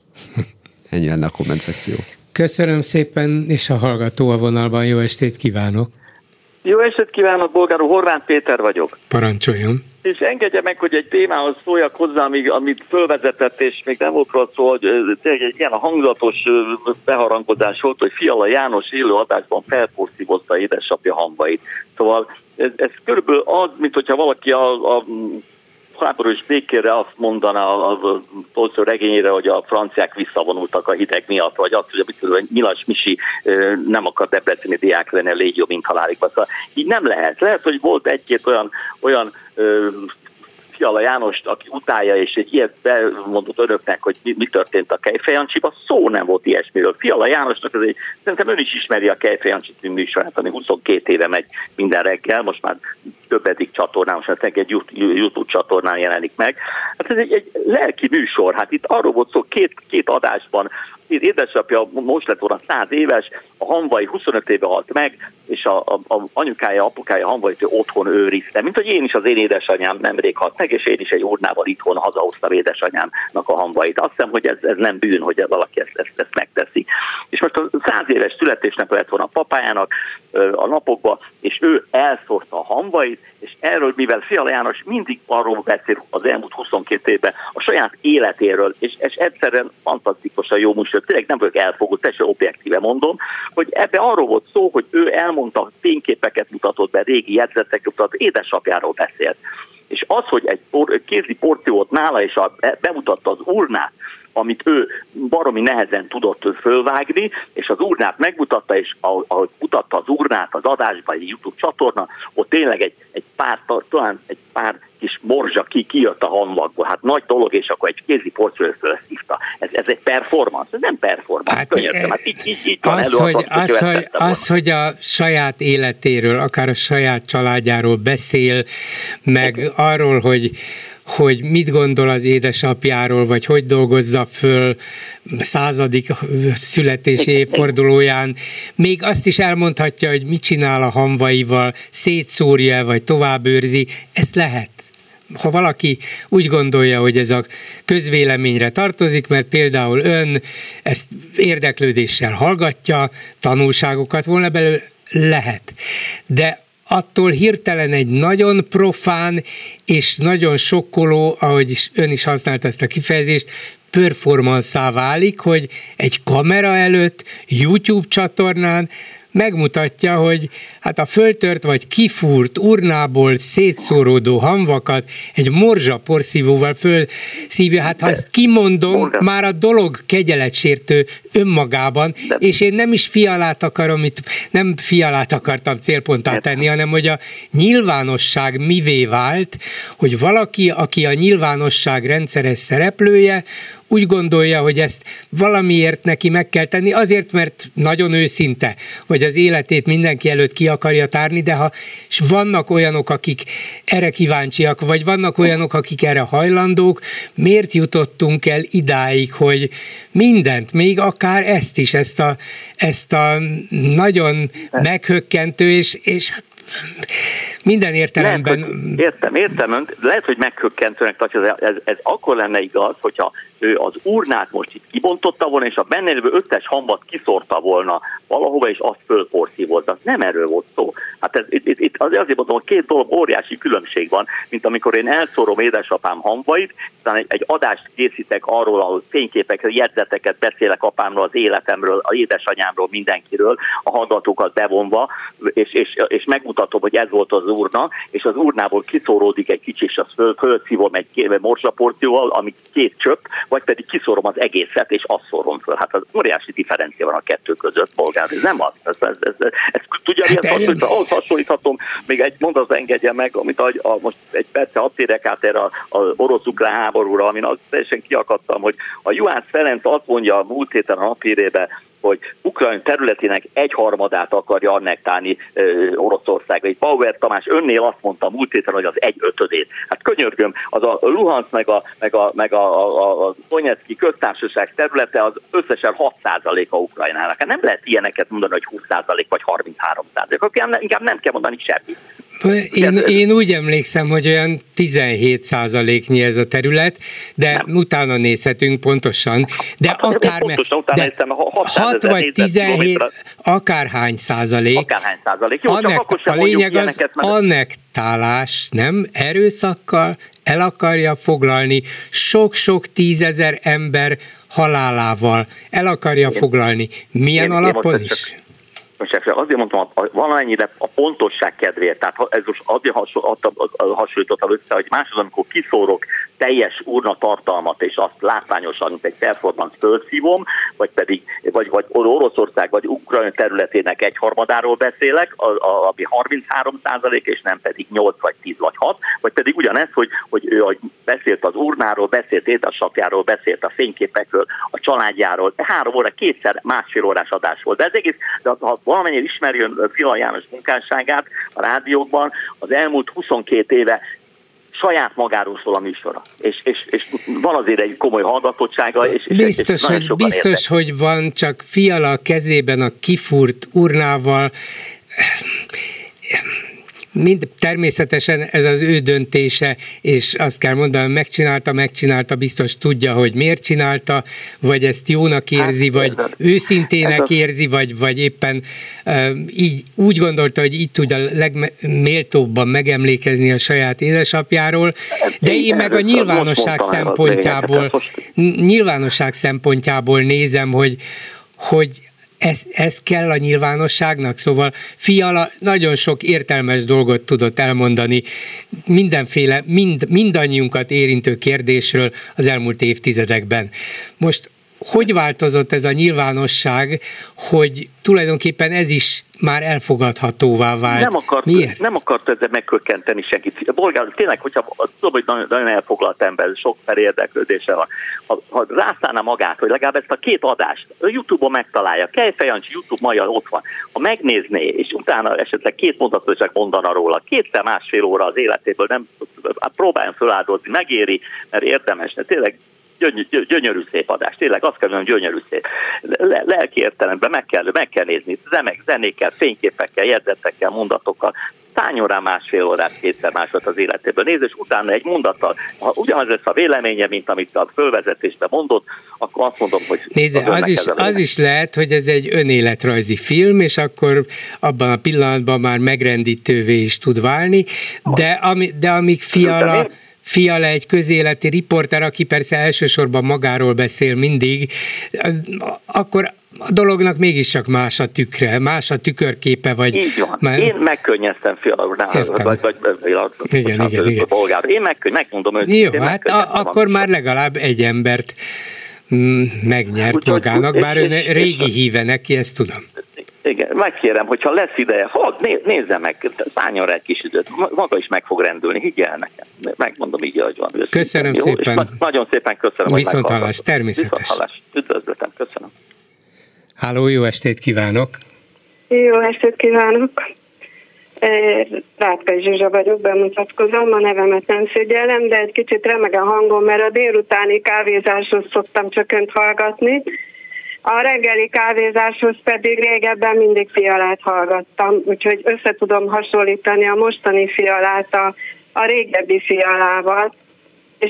S10: Ennyi lenne a komment szekció.
S3: Köszönöm szépen, és a hallgató a vonalban, jó estét kívánok!
S11: Jó estét kívánok, bolgár úr, Horváth Péter vagyok.
S3: Parancsoljon!
S11: És engedje meg, hogy egy témához szóljak hozzá, amit fölvezetett, és még nem volt róla szó, hogy tényleg egy ilyen hangulatos beharangozás volt, hogy Fiala János élő adásban felporszívozta édesapja hambait. Szóval ez körülbelül az, mint hogyha valaki a háborús békére azt mondaná a Tolsztoj regényére, hogy a franciák visszavonultak a hideg miatt, vagy azt, hogy Nyilas Misi nem akar debreceni diák lenni a légió mint halálikba. Szóval így nem lehet. Lehet, hogy volt egy-két olyan Fiala Jánost, aki utálja, és egy ilyet bemondott önöknek, hogy mi történt a Kejfej Jancsiban, szó nem volt ilyesmiről. Fiala Jánosnak szerintem ön is ismeri a Kejfej Jancsi című műsorát, ami 22 éve megy minden reggel, most már többedik csatornán, most már egy YouTube csatornán jelenik meg. Hát ez egy lelki műsor, hát itt arról volt szó két adásban, édesapja most lett volna 100 éves, a Hamvai 25 éve halt meg, és a anyukája, apukája Hamvait otthon őrizte. Mint hogy én is, az én édesanyám nemrég halt meg, és én is egy urnával itthon hazahoztam édesanyámnak a Hamvait. Azt hiszem, hogy ez nem bűn, hogy valaki ezt megteszi. És most a 100 éves születésnek lett volna a papájának a napokban, és ő elszórta a Hamvait, és erről, mivel Fiala János mindig arról beszél az elmúlt 22 évben a saját életéről, és egyszerűen fantasztikusan jó műsor, tényleg nem vagyok elfogult, teljesen objektíve mondom, hogy ebbe arról volt szó, hogy ő elmondta, fényképeket mutatott be, régi jegyzeteket mutatott, édesapjáról beszélt. És az, hogy egy kézi porciót nála, és bemutatta az urnát, amit ő baromi nehezen tudott fölvágni, és az urnát megmutatta, és ahogy mutatta az urnát az adásban, egy YouTube csatorna, ott tényleg talán egy pár kis morzsa kijött a hamvakból. Hát nagy dolog, és akkor egy kézi porcról fölszívta. Ez egy performance? Ez nem performance. Hát, könyörgöm, hát így van
S3: az, hogy a saját életéről, akár a saját családjáról beszél, meg arról, hogy mit gondol az édesapjáról, vagy hogy dolgozza föl 100. születési évfordulóján. Még azt is elmondhatja, hogy mit csinál a hamvaival, szétszórja, vagy továbbőrzi. Ezt lehet. Ha valaki úgy gondolja, hogy ez a közvéleményre tartozik, mert például ön ezt érdeklődéssel hallgatja, tanulságokat volna belőle, lehet. De attól hirtelen egy nagyon profán és nagyon sokkoló, ahogy ön is használta ezt a kifejezést, performanszá válik, hogy egy kamera előtt, YouTube csatornán megmutatja, hogy hát a föltört vagy kifúrt urnából szétszóródó hamvakat egy morzsa porszívóval fölszívja. Hát ha ezt kimondom, már a dolog kegyeletsértő önmagában, és én nem is nem fialát akartam célponttá tenni, hanem hogy a nyilvánosság mivé vált, hogy valaki, aki a nyilvánosság rendszeres szereplője, úgy gondolja, hogy ezt valamiért neki meg kell tenni, azért, mert nagyon őszinte, vagy az életét mindenki előtt ki akarja tárni, de és vannak olyanok, akik erre kíváncsiak, vagy vannak olyanok, akik erre hajlandók, miért jutottunk el idáig, hogy mindent, még akár ezt is, ezt a nagyon meghökkentő, és hát minden értelemben...
S11: Értem. Lehet, hogy meghökkentőnek tartja, ez akkor lenne igaz, hogyha ő az urnát most itt kibontotta volna, és a benne lévő összes hamvat kiszórta volna valahova, és azt fölporszívozza. Nem erről volt szó. Hát itt azért mondom, hogy két dolog óriási különbség van, mint amikor én elszórom édesapám hamvait, aztán egy adást készítek arról, ahol fényképekre, jegyzeteket beszélek apámról, az életemről, az édesanyámról, mindenkiről, a hallgatókat bevonva, és megmutatom, hogy ez volt az urna, és az urnából kiszóródik egy kicsi, és azt fölszívom egy morzsaporcióval, ami 2 csöpp, vagy pedig kiszórom az egészet, és azt szórom föl. Hát az óriási differencia van a kettő között, polgár. Ez nem az. Ez tudja, hát ahhoz hasonlíthatom, még egy mondatot engedjen meg, amit most egy perce hadd térjek át erre az orosz-ukrán háborúra, amin teljesen kiakadtam, hogy a Juhász Ferenc azt mondja a múlt héten a napírébe, hogy Ukrajna területének 1/3 akarja annektálni Oroszországra. Itt Bauer Tamás önnél azt mondta múlt héten, hogy az 1/5. Hát könyörgöm, az a Luhansk meg a Donetszki köztársaság területe az összesen 6%-a Ukrajnának. Hát nem lehet ilyeneket mondani, hogy 20% vagy 33%. Akkor inkább nem kell mondani semmit.
S3: Én úgy emlékszem, hogy olyan 17%-nyi ez a terület, de nem. Utána nézhetünk pontosan. De akár 6 vagy 17, akárhány százalék.
S11: Jó,
S3: a lényeg az annektálás, nem? Erőszakkal el akarja foglalni sok-sok 10 000 ember halálával. El akarja foglalni. Milyen alapon is?
S11: Azért mondtam, valamennyire a pontosság kedvéért, tehát ez most azért hasonlítottam össze, hogy másod, amikor kiszórok teljes urna tartalmat, és azt látványosan, mint egy performance fölszívom, vagy pedig vagy Oroszország, vagy Ukrajna területének 1/3 beszélek, ami 33%, és nem pedig 8, vagy 10, vagy 6, vagy pedig ugyanez, hogy ő beszélt az urnáról, beszélt édesapjáról, beszélt a fényképekről, a családjáról, 3 óra, 2,5 órás adás volt. De ez egész, ha valamennyire ismerjön Fiala János munkásságát a rádiókban, az elmúlt 22 éve saját magáról szól a műsora. És van azért egy komoly hallgatottsága.
S3: Biztos, hogy van, csak Fiala a kezében a kifúrt urnával. Természetesen ez az ő döntése, és azt kell mondanom, megcsinálta, biztos tudja, hogy miért csinálta, vagy ezt jónak érzi, vagy őszintének érzi, vagy éppen így úgy gondolta, hogy így tud a legméltóbban megemlékezni a saját édesapjáról, de én meg a nyilvánosság szempontjából nézem, hogy ez kell a nyilvánosságnak? Szóval Fiala nagyon sok értelmes dolgot tudott elmondani mindenféle, mindannyiunkat érintő kérdésről az elmúlt évtizedekben. Most hogy változott ez a nyilvánosság, hogy tulajdonképpen ez is már elfogadhatóvá vált? Miért?
S11: Nem akart ezzel megkökkenteni senkit. A Bolgár tényleg, hogyha tudom, hogy nagyon elfoglalt ember, sok felé érdeklődése van. Ha rászállná magát, hogy legalább ezt a 2 adást a YouTube-on megtalálja, Kejfej Jancsi YouTube maja ott van, ha megnézné, és utána esetleg 2 mondatot csak mondana róla, 2-1,5 óra az életéből, nem próbáljon föláldozni, megéri, mert érdemes, mert tényleg gyönyörű szép adás, tényleg azt kell mondani, gyönyörű szép. Lelki értelemben meg kell nézni, zenékkel, fényképekkel, jegyzetekkel, mondatokkal, szálljon rá 1,5 órát, 2 másodperc az életéből néz, és utána egy mondattal, ha ugyanaz lesz a véleménye, mint amit a fölvezetésben mondott, akkor azt mondom, hogy...
S3: Nézze, az is lehet, hogy ez egy önéletrajzi film, és akkor abban a pillanatban már megrendítővé is tud válni, de amíg Fiala egy közéleti riporter, aki persze elsősorban magáról beszél mindig, akkor a dolognak mégiscsak más a tükre, más a tükörképe, vagy...
S11: Így van. Én megkönnyeztem Fiala.
S3: Igen.
S11: Én megmondom őt.
S3: Jó, hát akkor már legalább egy embert megnyert magának, bár ő régi híve neki, ezt tudom.
S11: Igen, megkérem, hogyha lesz ideje, nézze meg, szálljon rá egy kis időt, maga is meg fog rendülni, higgyel nekem. Megmondom így, hogy van. Őszintén.
S3: Köszönöm szépen.
S11: Nagyon szépen köszönöm,
S3: Viszonthallás, természetes.
S11: Viszonthallás. Üdvözletem, köszönöm.
S3: Háló, jó estét kívánok!
S12: Jó estét kívánok! Rátka Zsuzsa vagyok, bemutatkozom, a nevemet nem szégyellem, de egy kicsit remeg a hangom, mert a délutáni kávézáshoz szoktam csak önt hallgatni. A reggeli kávézáshoz pedig régebben mindig Fialát hallgattam, úgyhogy össze tudom hasonlítani a mostani Fialát a régebbi Fialával, és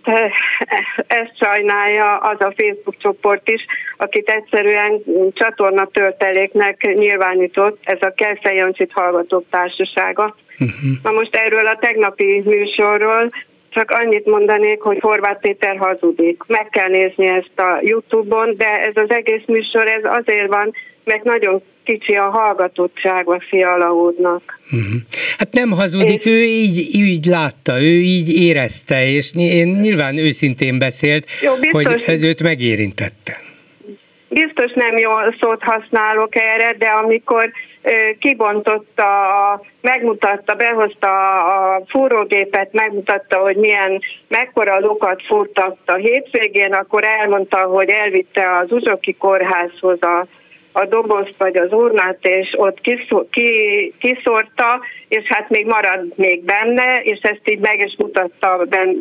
S12: ezt sajnálja az a Facebook csoport is, akit egyszerűen csatornatölteléknek nyilvánított, ez a Kejfej Jancsit hallgatók társasága. Na most erről a tegnapi műsorról csak annyit mondanék, hogy Horváth Péter hazudik. Meg kell nézni ezt a YouTube-on, de ez az egész műsor ez azért van, mert nagyon kicsi a hallgatottság a Fiala úrnak.
S3: Hát nem hazudik, ő így látta, ő így érezte, és én nyilván őszintén beszélt, hogy ez őt megérintette.
S12: Biztos nem jó szót használok erre, de amikor kibontotta, megmutatta, behozta a fúrógépet, megmutatta, hogy mekkora lukat fúrtak a hétvégén, akkor elmondta, hogy elvitte az Uzsoki kórházhoz a dobozt vagy az urnát, és ott kiszórta, és hát még marad még benne, és ezt így meg is mutatta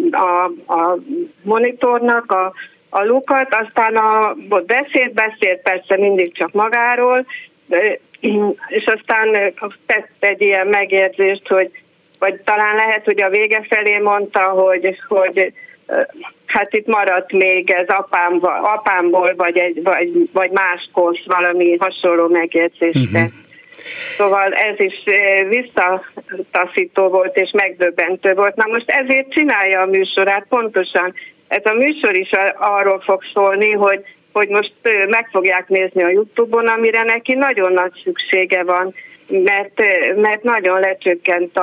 S12: a monitornak a lukat, aztán beszélt persze mindig csak magáról, és aztán tett egy ilyen megjegyzést, vagy talán lehet, hogy a vége felé mondta, hogy hát itt maradt még ez apámból, vagy máskor valami hasonló megjegyzésre. Szóval ez is visszataszító volt, és megdöbbentő volt. Na most ezért csinálja a műsorát pontosan. Ez a műsor is arról fog szólni, hogy most meg fogják nézni a YouTube-on, amire neki nagyon nagy szüksége van, mert nagyon lecsökkent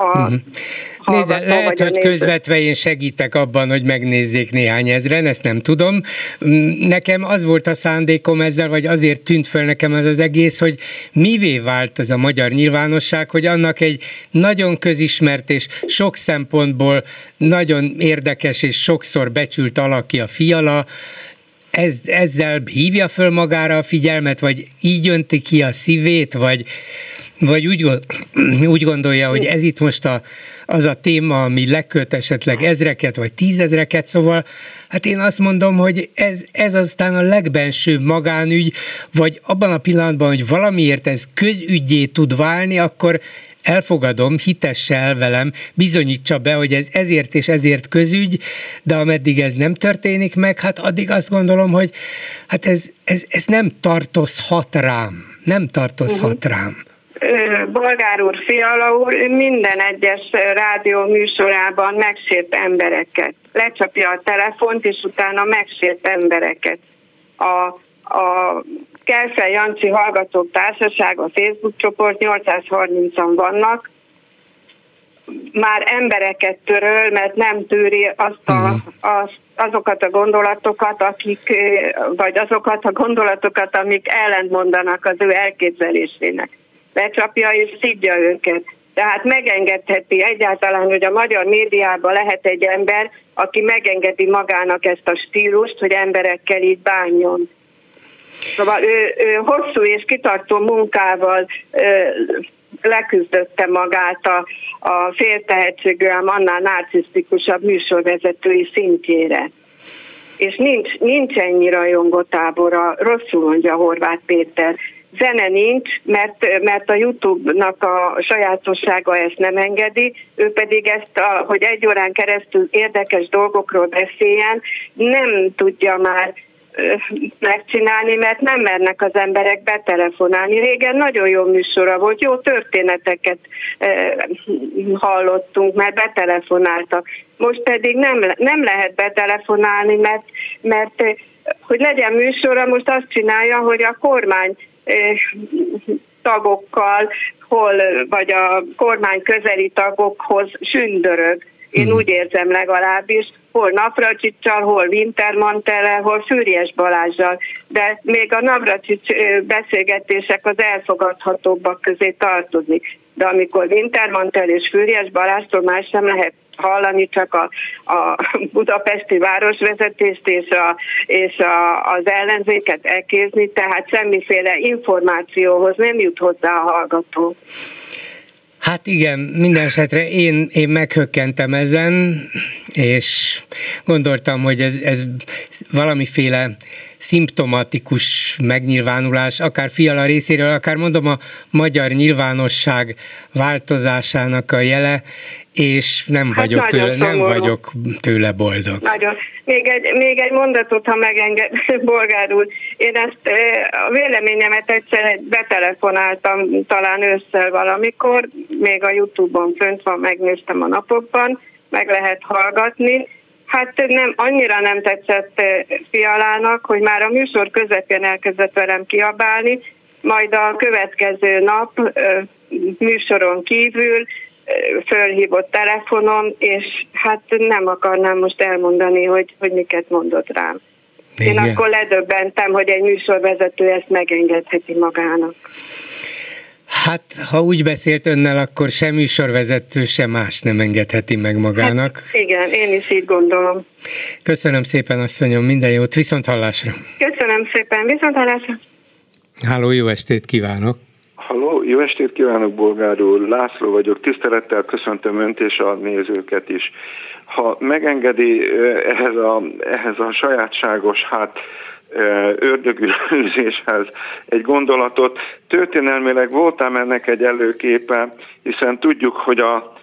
S3: Nézze, lehet, hogy közvetve én segítek abban, hogy megnézzék néhány ezren, ezt nem tudom. Nekem az volt a szándékom ezzel, vagy azért tűnt föl nekem ez az egész, hogy mivé vált ez a magyar nyilvánosság, hogy annak egy nagyon közismert és sok szempontból nagyon érdekes és sokszor becsült alakja Fiala, ezzel hívja föl magára a figyelmet, vagy így önti ki a szívét, vagy úgy gondolja, hogy ez itt most az a téma, ami leköt esetleg ezreket, vagy 10 000-eket, szóval hát én azt mondom, hogy ez aztán a legbensőbb magánügy, vagy abban a pillanatban, hogy valamiért ez közüggyé tud válni, akkor elfogadom, hitesse el velem, bizonyítsa be, hogy ez ezért és ezért közügy, de ameddig ez nem történik meg, hát addig azt gondolom, hogy hát ez nem tartozhat rám. Nem tartozhat rám.
S12: Bolgár úr, Fiala úr minden egyes rádió műsorában megsért embereket. Lecsapja a telefont, és utána megsért embereket. A Kelsey Jancsi Hallgatók Társasága Facebook csoport, 830-an vannak, már embereket töröl, mert nem tűri azokat a gondolatokat, amik ellentmondanak az ő elképzelésének. Becsapja és szidja őket. Tehát megengedheti egyáltalán, hogy a magyar médiában lehet egy ember, aki megengedi magának ezt a stílust, hogy emberekkel így bánjon. Szóval ő hosszú és kitartó munkával leküzdötte magát a féltehetségű, annál narcisztikusabb műsorvezetői szintjére. És nincs ennyi rajongótábora, rosszul mondja Horváth Péter. Zene nincs, mert a YouTube-nak a sajátossága ezt nem engedi, ő pedig ezt, hogy egy órán keresztül érdekes dolgokról beszéljen, nem tudja már megcsinálni, mert nem mernek az emberek betelefonálni. Régen nagyon jó műsora volt, jó történeteket hallottunk, mert betelefonáltak. Most pedig nem lehet betelefonálni, mert hogy legyen műsora, most azt csinálja, hogy a kormány tagokkal, vagy a kormány közeli tagokhoz sündörög. Én úgy érzem legalábbis, hol Navracsics-sal, hol Wintermantel-el, hol Füriyes Balázssal, de még a Navracsics beszélgetések az elfogadhatóbbak közé tartozik. De amikor Wintermantel és Füriyes Balázstól más sem lehet hallani, csak a budapesti városvezetést és az ellenzéket elkézni, tehát semmiféle információhoz nem jut hozzá a hallgató.
S3: Hát igen, minden esetre én meghökkentem ezen, és gondoltam, hogy ez valamiféle szimptomatikus megnyilvánulás, akár Fiala részéről, akár mondom a magyar nyilvánosság változásának a jele, és nem vagyok tőle boldog.
S12: Nagyon. Még egy mondatot, ha megenged, Bolgár úr. Én ezt a véleményemet egyszer betelefonáltam talán ősszel valamikor, még a YouTube-on fönt van, megnéztem a napokban, meg lehet hallgatni. Hát annyira nem tetszett Fialának, hogy már a műsor közepén elkezdett velem kiabálni, majd a következő nap műsoron kívül fölhívott telefonon, és hát nem akarnám most elmondani, hogy miket mondott rám. Igen. Én akkor ledöbbentem, hogy egy műsorvezető ezt megengedheti magának.
S3: Hát, ha úgy beszélt önnel, akkor sem műsorvezető, sem más nem engedheti meg magának.
S12: Hát, igen, én is így gondolom.
S3: Köszönöm szépen, asszonyom, minden jót, viszonthallásra.
S12: Köszönöm szépen, viszonthallásra.
S3: Háló, jó estét kívánok.
S13: Halló, jó estét kívánok, Bolgár úr, László vagyok, tisztelettel köszöntöm önt és a nézőket is. Ha megengedi ehhez a sajátságos, ördögüldözéshez egy gondolatot, történelmileg voltam ennek egy előképe, hiszen tudjuk, hogy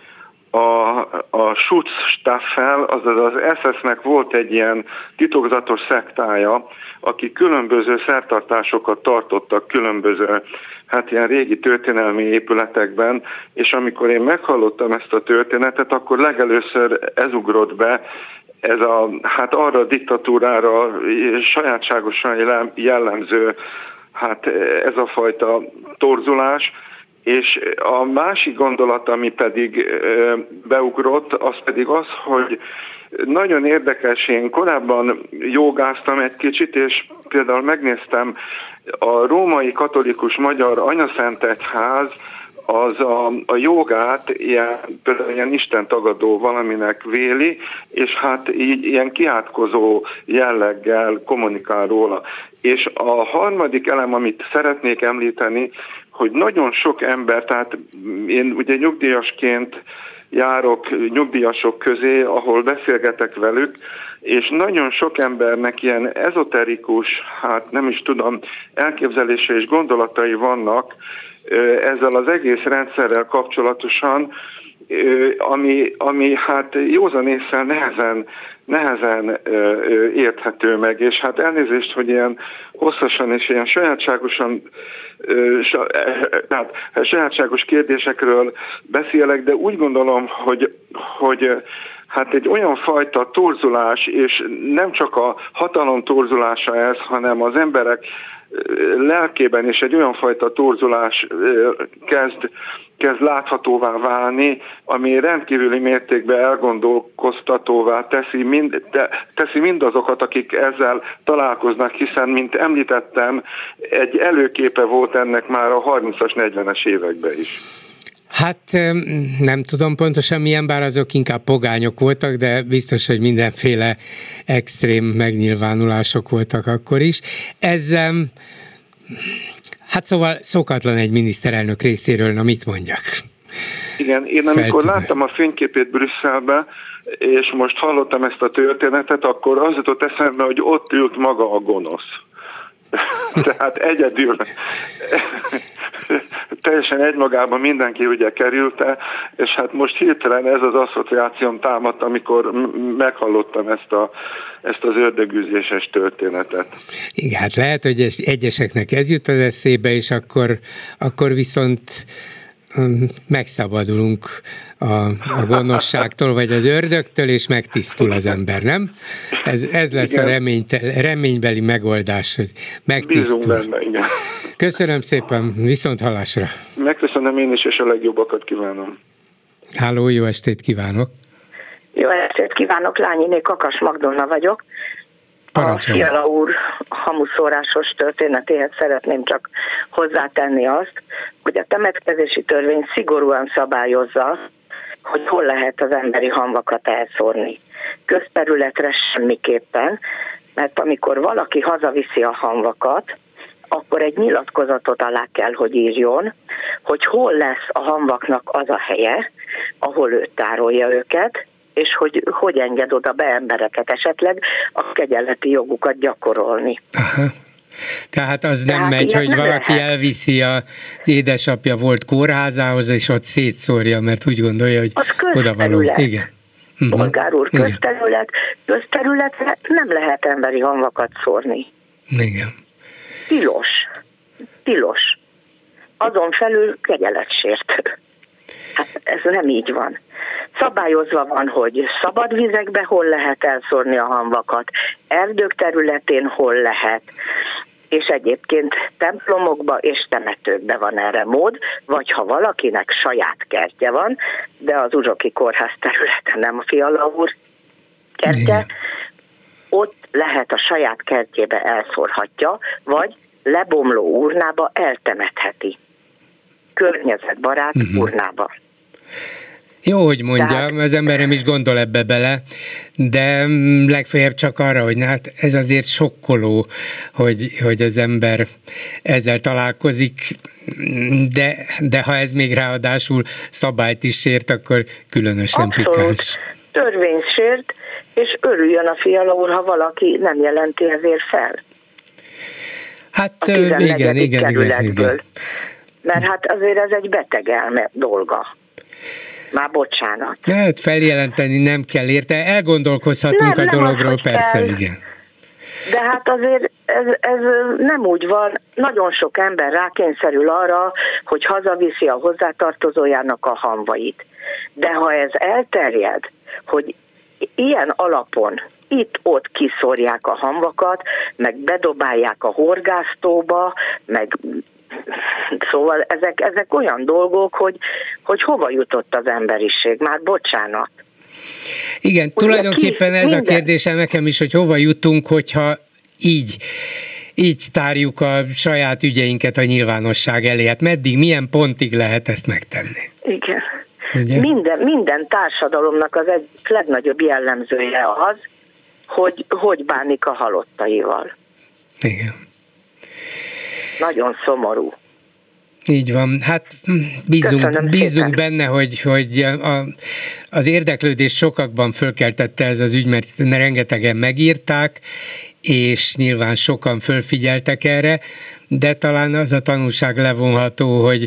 S13: a Schutzstaffel, azaz az SS-nek volt egy ilyen titokzatos szektája, akik különböző szertartásokat tartottak különböző, ilyen régi történelmi épületekben, és amikor én meghallottam ezt a történetet, akkor legelőször ez ugrott be, ez arra a diktatúrára sajátságosan jellemző, ez a fajta torzulás. És a másik gondolat, ami pedig beugrott, az pedig az, hogy nagyon érdekes, én korábban jogáztam egy kicsit, és például megnéztem a római katolikus magyar anyaszentegyház, az a jogát például ilyen istentagadó valaminek véli, és így ilyen kiátkozó jelleggel kommunikál róla. És a harmadik elem, amit szeretnék említeni, hogy nagyon sok ember, tehát én ugye nyugdíjasként járok nyugdíjasok közé, ahol beszélgetek velük, és nagyon sok embernek ilyen ezoterikus, nem is tudom, elképzelése és gondolatai vannak ezzel az egész rendszerrel kapcsolatosan, ami józan ésszel nehezen érthető meg, és elnézést, hogy ilyen hosszasan és ilyen sajátságos kérdésekről beszélek, de úgy gondolom, hogy egy olyan fajta torzulás, és nem csak a hatalom torzulása ez, hanem az emberek lelkében is egy olyan fajta torzulás kezd láthatóvá válni, ami rendkívüli mértékben elgondolkoztatóvá teszi mindazokat, akik ezzel találkoznak, hiszen, mint említettem, egy előképe volt ennek már a 30-as, 40-es években is.
S3: Hát nem tudom pontosan milyen, bár azok inkább pogányok voltak, de biztos, hogy mindenféle extrém megnyilvánulások voltak akkor is. Ez, hát szóval szokatlan egy miniszterelnök részéről, na mit mondjak?
S13: Igen, én amikor láttam a fényképét Brüsszelbe, és most hallottam ezt a történetet, akkor az jutott eszembe, hogy ott ült maga a gonosz. Tehát egyedül, teljesen egymagában mindenki ugye kerülte, és hát most hirtelen ez az asszociációm támadt, amikor meghallottam ezt az ördögűzéses történetet.
S3: Igen, hát lehet, hogy egyeseknek ez jut az eszébe, és akkor viszont megszabadulunk a gonoszságtól, vagy az ördögtől, és megtisztul az ember, nem? Ez lesz igen. A reménybeli megoldás, hogy megtisztul.
S13: Bízunk benne, igen.
S3: Köszönöm szépen, viszont hallásra.
S13: Megköszönöm én is, és a legjobbakat kívánom.
S3: Háló, jó estét kívánok.
S14: Jó estét kívánok, Lányiné Kakas Magdolna vagyok.
S3: Parancsolja.
S14: A Fiala úr hamuszórásos történetéhez szeretném csak hozzátenni azt, hogy a temetkezési törvény szigorúan szabályozza, hogy hol lehet az emberi hamvakat elszórni. Közterületre semmiképpen, mert amikor valaki hazaviszi a hamvakat, akkor egy nyilatkozatot alá kell, hogy írjon, hogy hol lesz a hamvaknak az a helye, ahol ő tárolja őket, és hogy enged oda be embereket esetleg a kegyeleti jogukat gyakorolni.
S3: Aha. Tehát az nem megy, hogy valaki elviszi az édesapja volt kórházához, és ott szétszórja, mert úgy gondolja, hogy oda való. Igen.
S14: Polgár úr, közterületre nem lehet emberi hamvakat szórni.
S3: Igen.
S14: Tilos. Azon felül kegyeletsértő. Hát ez nem így van. Szabályozva van, hogy szabad vizekbe hol lehet elszórni a hamvakat, erdők területén hol lehet, és egyébként templomokba és temetőkbe van erre mód, vagy ha valakinek saját kertje van, de az Uzsoki Kórház területen nem a Fiala úr kertje, ott lehet a saját kertjébe elszórhatja, vagy lebomló urnába eltemetheti. Környezetbarát urnába.
S3: Jó, hogy mondja, az ember nem is gondol ebbe bele, de legfeljebb csak arra, hogy hát ez azért sokkoló, hogy az ember ezzel találkozik, de ha ez még ráadásul szabályt is sért, akkor különösen pikáns.
S14: Törvényt sért, és örüljön a Fiala úr, ha valaki nem jelenti ezért fel.
S3: Hát igen.
S14: Mert hát azért ez egy beteg elme dolga. Már bocsánat.
S3: Hát feljelenteni nem kell érte, elgondolkozhatunk a dologról, persze, igen.
S14: De hát azért ez nem úgy van, nagyon sok ember rákényszerül arra, hogy hazaviszi a hozzátartozójának a hamvait. De ha ez elterjed, hogy ilyen alapon itt-ott kiszórják a hamvakat, meg bedobálják a horgásztóba, meg szóval ezek olyan dolgok, hogy hova jutott az emberiség, már bocsánat.
S3: Igen, ugye tulajdonképpen ez a kérdésem nekem is, hogy hova jutunk, hogyha így tárjuk a saját ügyeinket a nyilvánosság elé. Hát meddig, milyen pontig lehet ezt megtenni?
S14: Igen. Minden társadalomnak az egyik legnagyobb jellemzője az, hogy bánik a halottaival.
S3: Igen.
S14: Nagyon szomorú.
S3: Így van. Hát bízunk benne, hogy az érdeklődés sokakban fölkeltette ez az ügy, mert rengetegen megírták, és nyilván sokan fölfigyeltek erre, de talán az a tanulság levonható, hogy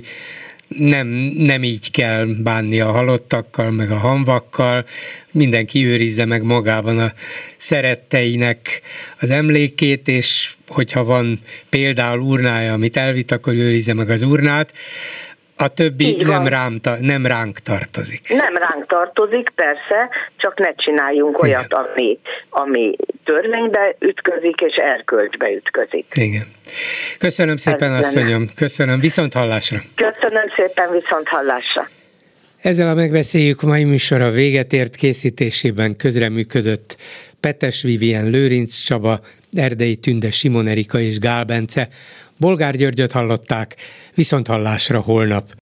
S3: nem így kell bánni a halottakkal, meg a hamvakkal, mindenki őrizze meg magában a szeretteinek az emlékét, és hogyha van például urnája, amit elvitt, akkor őrizze meg az urnát. A többi nem ránk tartozik.
S14: Nem ránk tartozik, persze, csak ne csináljunk olyat, ami törvénybe ütközik, és erkölcsbe ütközik.
S3: Igen. Köszönöm szépen, asszonyom. Köszönöm, viszont hallásra.
S14: Köszönöm szépen, viszont hallásra.
S3: Ezzel a megbeszéljük mai műsora véget ért, készítésében közreműködött Petes Vivien, Lőrinc Csaba, Erdei Tünde, Simon Erika és Gál Bence. Bolgár Györgyöt hallották, viszont hallásra holnap.